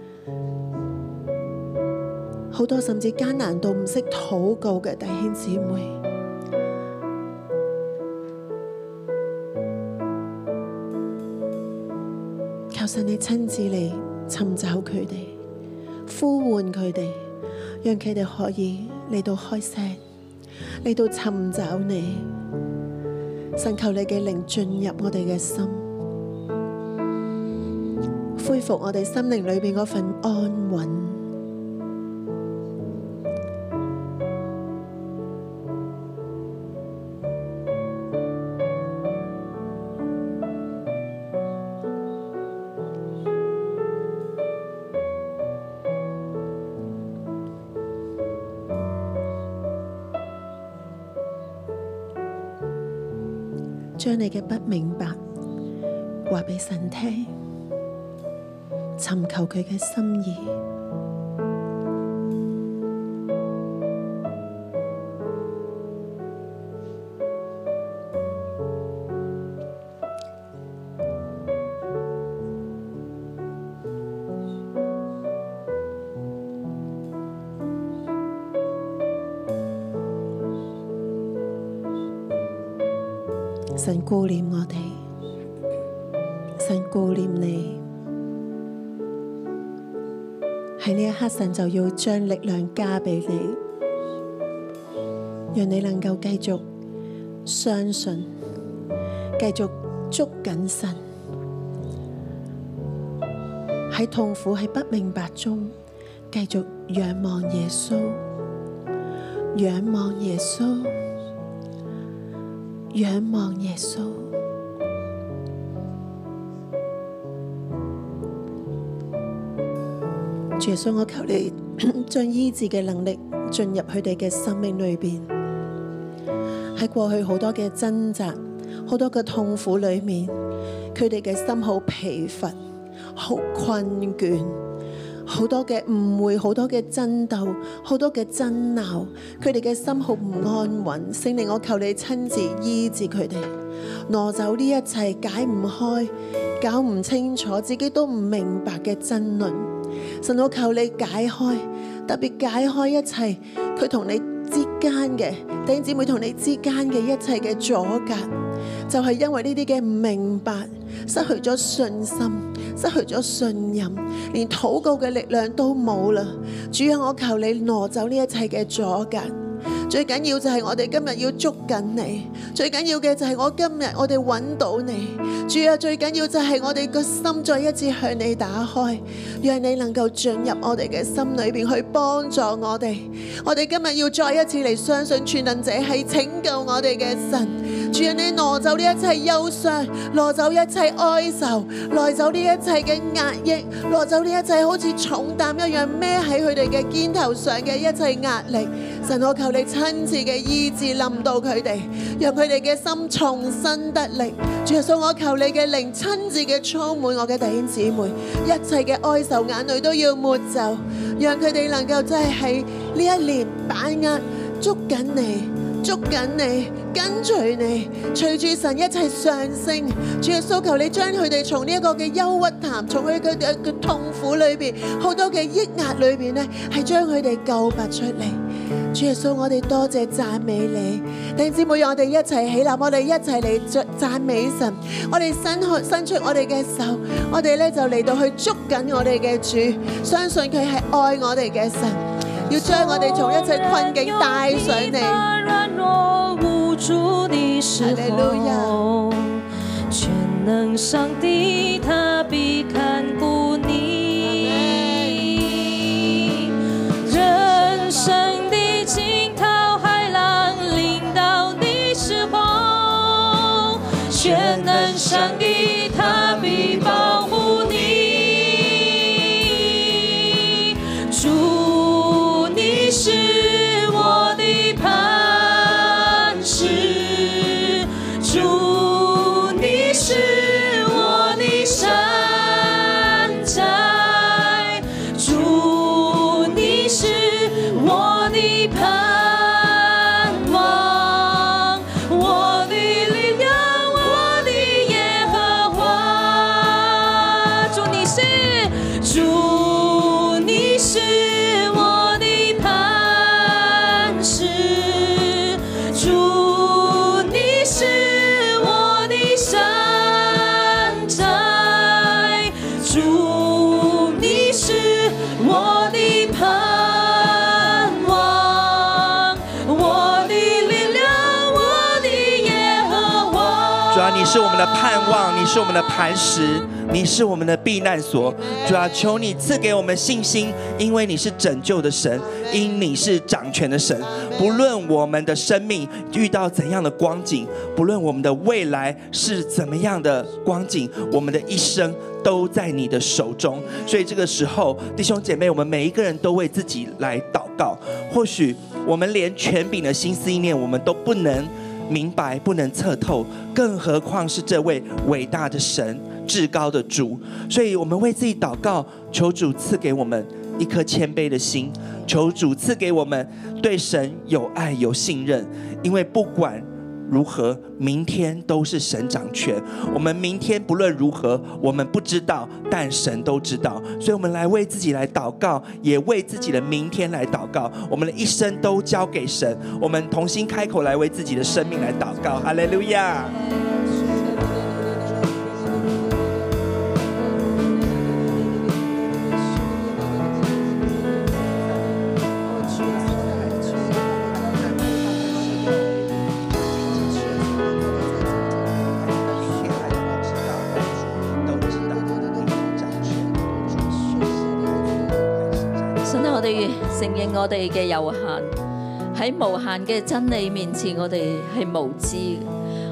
好多甚至艱難到唔識禱告嘅弟兄姊妹，求神你親自嚟尋找佢哋，呼喚佢哋，讓佢哋可以嚟到開聲，嚟到尋找你。神，求你嘅靈進入我哋嘅心，恢復我哋心靈裏邊嗰份安穩。將你嘅不明白話俾神聽，尋求佢嘅心意。神顧念我哋，神顧念你。喺呢一刻，神就要將力量加俾你，讓你能夠繼續相信，繼續捉緊神。喺痛苦、喺不明白中，繼續仰望耶穌，仰望耶穌。仰望耶穌，主耶穌，我求你將醫治嘅能力進入佢哋嘅生命裏邊。喺喺過去好多嘅掙扎、好多嘅痛苦裏面，佢哋嘅心好疲乏、好困倦。好多嘅誤會，好多嘅爭鬥，好多嘅爭鬧，佢哋嘅心好唔安穩。聖靈，我求你親自醫治佢哋，挪走呢一切解唔開、搞唔清楚、自己都唔明白嘅爭論。神，我求你解開，特別解開一切佢同你之間嘅弟兄姊妹同你之間嘅一切嘅阻隔，就係因為呢啲嘅唔明白，失去咗信心，失去咗信任，連禱告嘅力量都冇啦。主啊，我求你挪走呢一切嘅阻隔。最緊要就係我哋今日要捉緊你，最緊要嘅就係我今日我哋揾到你。主啊，最緊要就係我哋個心再一次向你打開，讓你能夠進入我哋嘅心裏邊去幫助我哋。我哋今日要再一次嚟相信全能者係拯救我哋嘅神。主啊，你挪走呢一切憂傷，挪走一切哀愁，挪走呢一切嘅壓抑，挪走呢一切好似重擔一樣孭喺佢哋嘅肩頭上嘅一切壓力。神，我求你親自嘅醫治臨到佢哋，讓佢哋嘅心重新得力。主耶穌，我求你嘅靈親自嘅充滿我嘅弟兄姊妹，一切嘅哀愁眼淚都要抹走，讓佢哋能夠真係喺呢一年把握捉緊你，捉緊你，跟隨你，隨住神一齊上升。主耶穌，求你將佢哋從呢一個嘅憂鬱談，從佢嘅嘅痛苦裏邊，好多嘅抑壓裏邊咧，係將佢哋救拔出嚟。主耶穌，我哋多謝讚美你。弟兄姊妹，讓我哋一齊起立，我哋一齊嚟讚美神。我哋伸開伸出我哋嘅手，我哋咧就嚟到去捉緊我哋嘅主，相信佢係愛我哋嘅神，要將我哋從一切困境帶上嚟。哈利路亞！ 全能上帝他必看顧你，人生的驚濤駭浪臨到你時候，全能上帝他必保護你，主你是我的磐石，主你是我的山寨，主你是我的盼望，我的力量，我的耶和华，主你是，主你是我的磐石，主你是我的山寨，主你是我的盼望，我的力量，我的耶和华。 主啊，你是我们的盼望，你是我们的磐石，你是我们的避难所。主啊，求你赐给我们信心，因为你是拯救的神，因你是掌权的神。不论我们的生命遇到怎样的光景，不论我们的未来是怎么样的光景，我们的一生都在你的手中。所以这个时候，弟兄姐妹，我们每一个人都为自己来祷告。或许我们连权柄的心思意念我们都不能明白，不能测透，更何况是这位伟大的神，至高的主。所以我们为自己祷告，求主赐给我们一颗谦卑的心，求主赐给我们对神有爱有信任，因为不管如何，明天都是神掌权。我们明天不论如何，我们不知道，但神都知道。所以我们来为自己来祷告，也为自己的明天来祷告。我们的一生都交给神，我们同心开口来为自己的生命来祷告。哈利路亚！ 承認我哋嘅有限，喺無限嘅真理面前，我哋係無知嘅。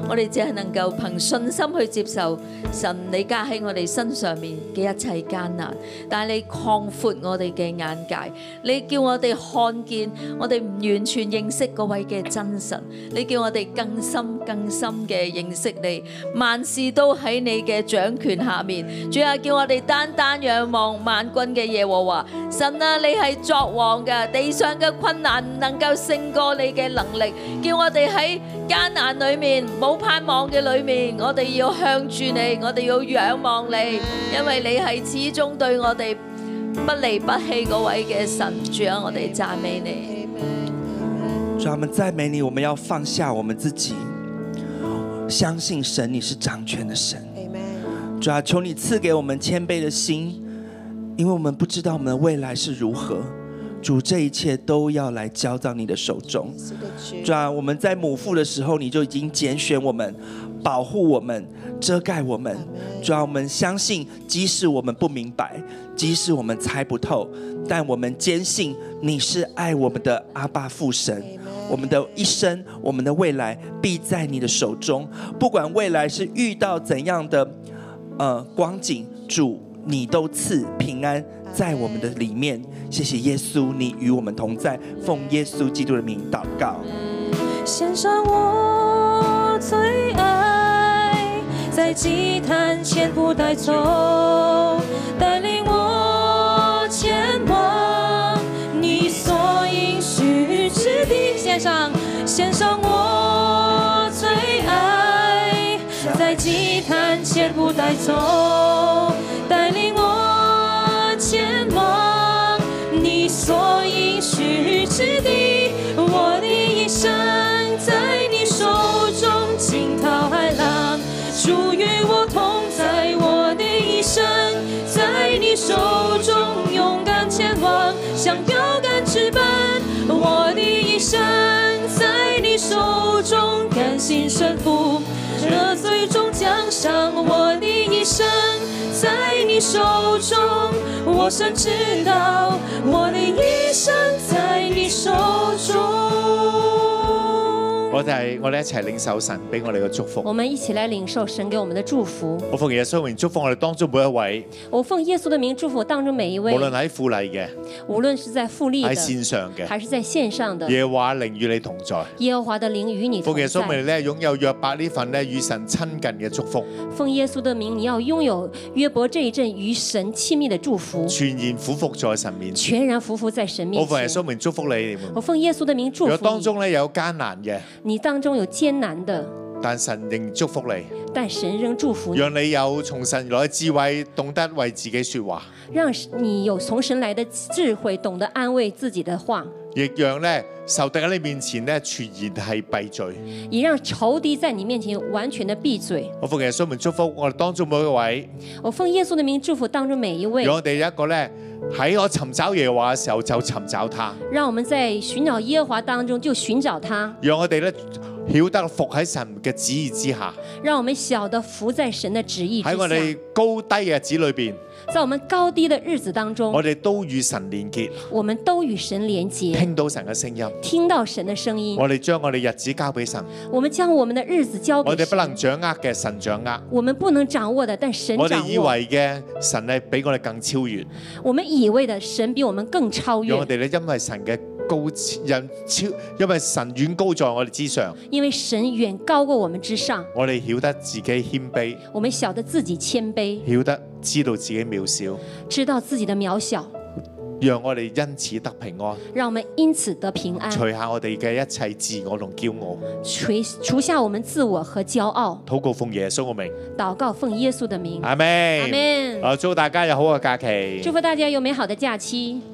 我哋只係能夠憑信心去接受神你加喺我哋身上面嘅一切艱難，但係你擴闊我哋嘅眼界，你叫我哋看見我哋唔完全認識嗰位嘅真神，你叫我哋更深更深嘅認識你，萬事都喺你嘅掌權下面。主啊，叫我哋單單仰望萬軍嘅耶和華。神啊，你係作王嘅，地上嘅困難唔能夠勝過你嘅能力。叫我哋喺艱難裏面冇盼望嘅裏面，我哋要向住你，我哋要仰望你，因為你係始終對我哋不離不棄嗰位嘅神。主啊，我哋讚美你。 主啊，我們讚美你，我們要放下我們自己，相信神你是掌權的神。主啊，求你賜給我們謙卑的心，因為我們不知道我們的未來是如何。主，這一切都要來交到你的手中。主啊，我們在母腹的時候，你就已經揀選我們，保護我們，遮蓋我們。主啊，我們相信，即使我們不明白，即使我們猜不透，但我們堅信你是愛我們的阿爸父神。我們的一生，我們的未來必在你的手中。不管未來是遇到怎樣的呃光景，主你都賜平安在我們的裡面。謝謝耶穌，你與我們同在，奉耶穌基督的名禱告。 獻上我最愛，在祭壇前不帶走，帶領我前往你所應許之地。獻上，獻上我最愛，在祭壇前不帶走，帶領我前往你所應許之地。我的一生在你手中，驚濤駭浪，主與我同在。我的一生在你手中，勇敢前往，像標杆直奔。我的一生在你手中，甘心順服，得最終獎賞。我的一生在你手中，我深知道我的一生在你手中。 我哋我哋一齊領受神俾我哋嘅祝福。 我們一起來領受神給我們的祝福。 我奉耶穌嘅名祝福我哋當中每一位。 我奉耶穌的名祝福當中每一位。 無論喺富麗嘅， 無論是在富麗的， 喺線上嘅， 還是在線上的， 耶和華靈與你同在。 耶和華的靈與你同在。 奉耶穌名咧，擁有約伯呢份咧與神親近嘅祝福。 奉耶穌的名，你要擁有約伯這一陣與神親密的祝福。 全然俯伏在神面前。 全然俯伏在神面前。 我奉耶穌名祝福你。 我奉耶穌的名祝福你。 如果當中咧有艱難嘅， 你當中有艱難的， 但神仍祝福你， 但神仍祝福你， 讓你有從神來的智慧，懂得為自己說話， 讓你有從神來的智慧，懂得安慰自己的話， 亦讓咧仇敵喺你面前咧全然係閉嘴， 也讓仇敵在你面前完全的閉嘴。 我奉耶穌名祝福我哋當中每一位， 我奉耶穌的名祝福當中每一位， 讓我哋有一個咧喺我尋找耶和華嘅時候就尋找他， 讓我們在尋找耶和華當中就尋找他， 讓我哋咧曉得服喺神嘅旨意之下， 讓我們曉得服在神的旨意之下。 喺我哋高低嘅日子裏邊， 在我們高低的日子當中， 我哋都與神連結， 我們都與神連結， 聽到神嘅聲音， 聽到神的聲音。 我哋將我哋日子交俾神， 我們將我們的日子交給神。 我哋不能掌握嘅神掌握， 我們不能掌握的，但神掌握。 我哋以為嘅神係比我哋更超越， 我們以為的神比我們更超越。 讓我哋咧因為神嘅高人超，因為神遠高在我哋之上， 因為神遠高過我們之上， 我哋曉得自己謙卑， 我們曉得自己謙卑， 曉得知道自己渺小， 知道自己的渺小， 讓我哋因此得平安， 讓我們因此得平安， 除下我哋嘅一切自我同驕傲， 除除下我們自我和驕傲。 禱告奉耶穌嘅名， 禱告奉耶穌的名， 阿們， 阿們。 啊，祝大家有好嘅假期， 祝福大家有美好的假期。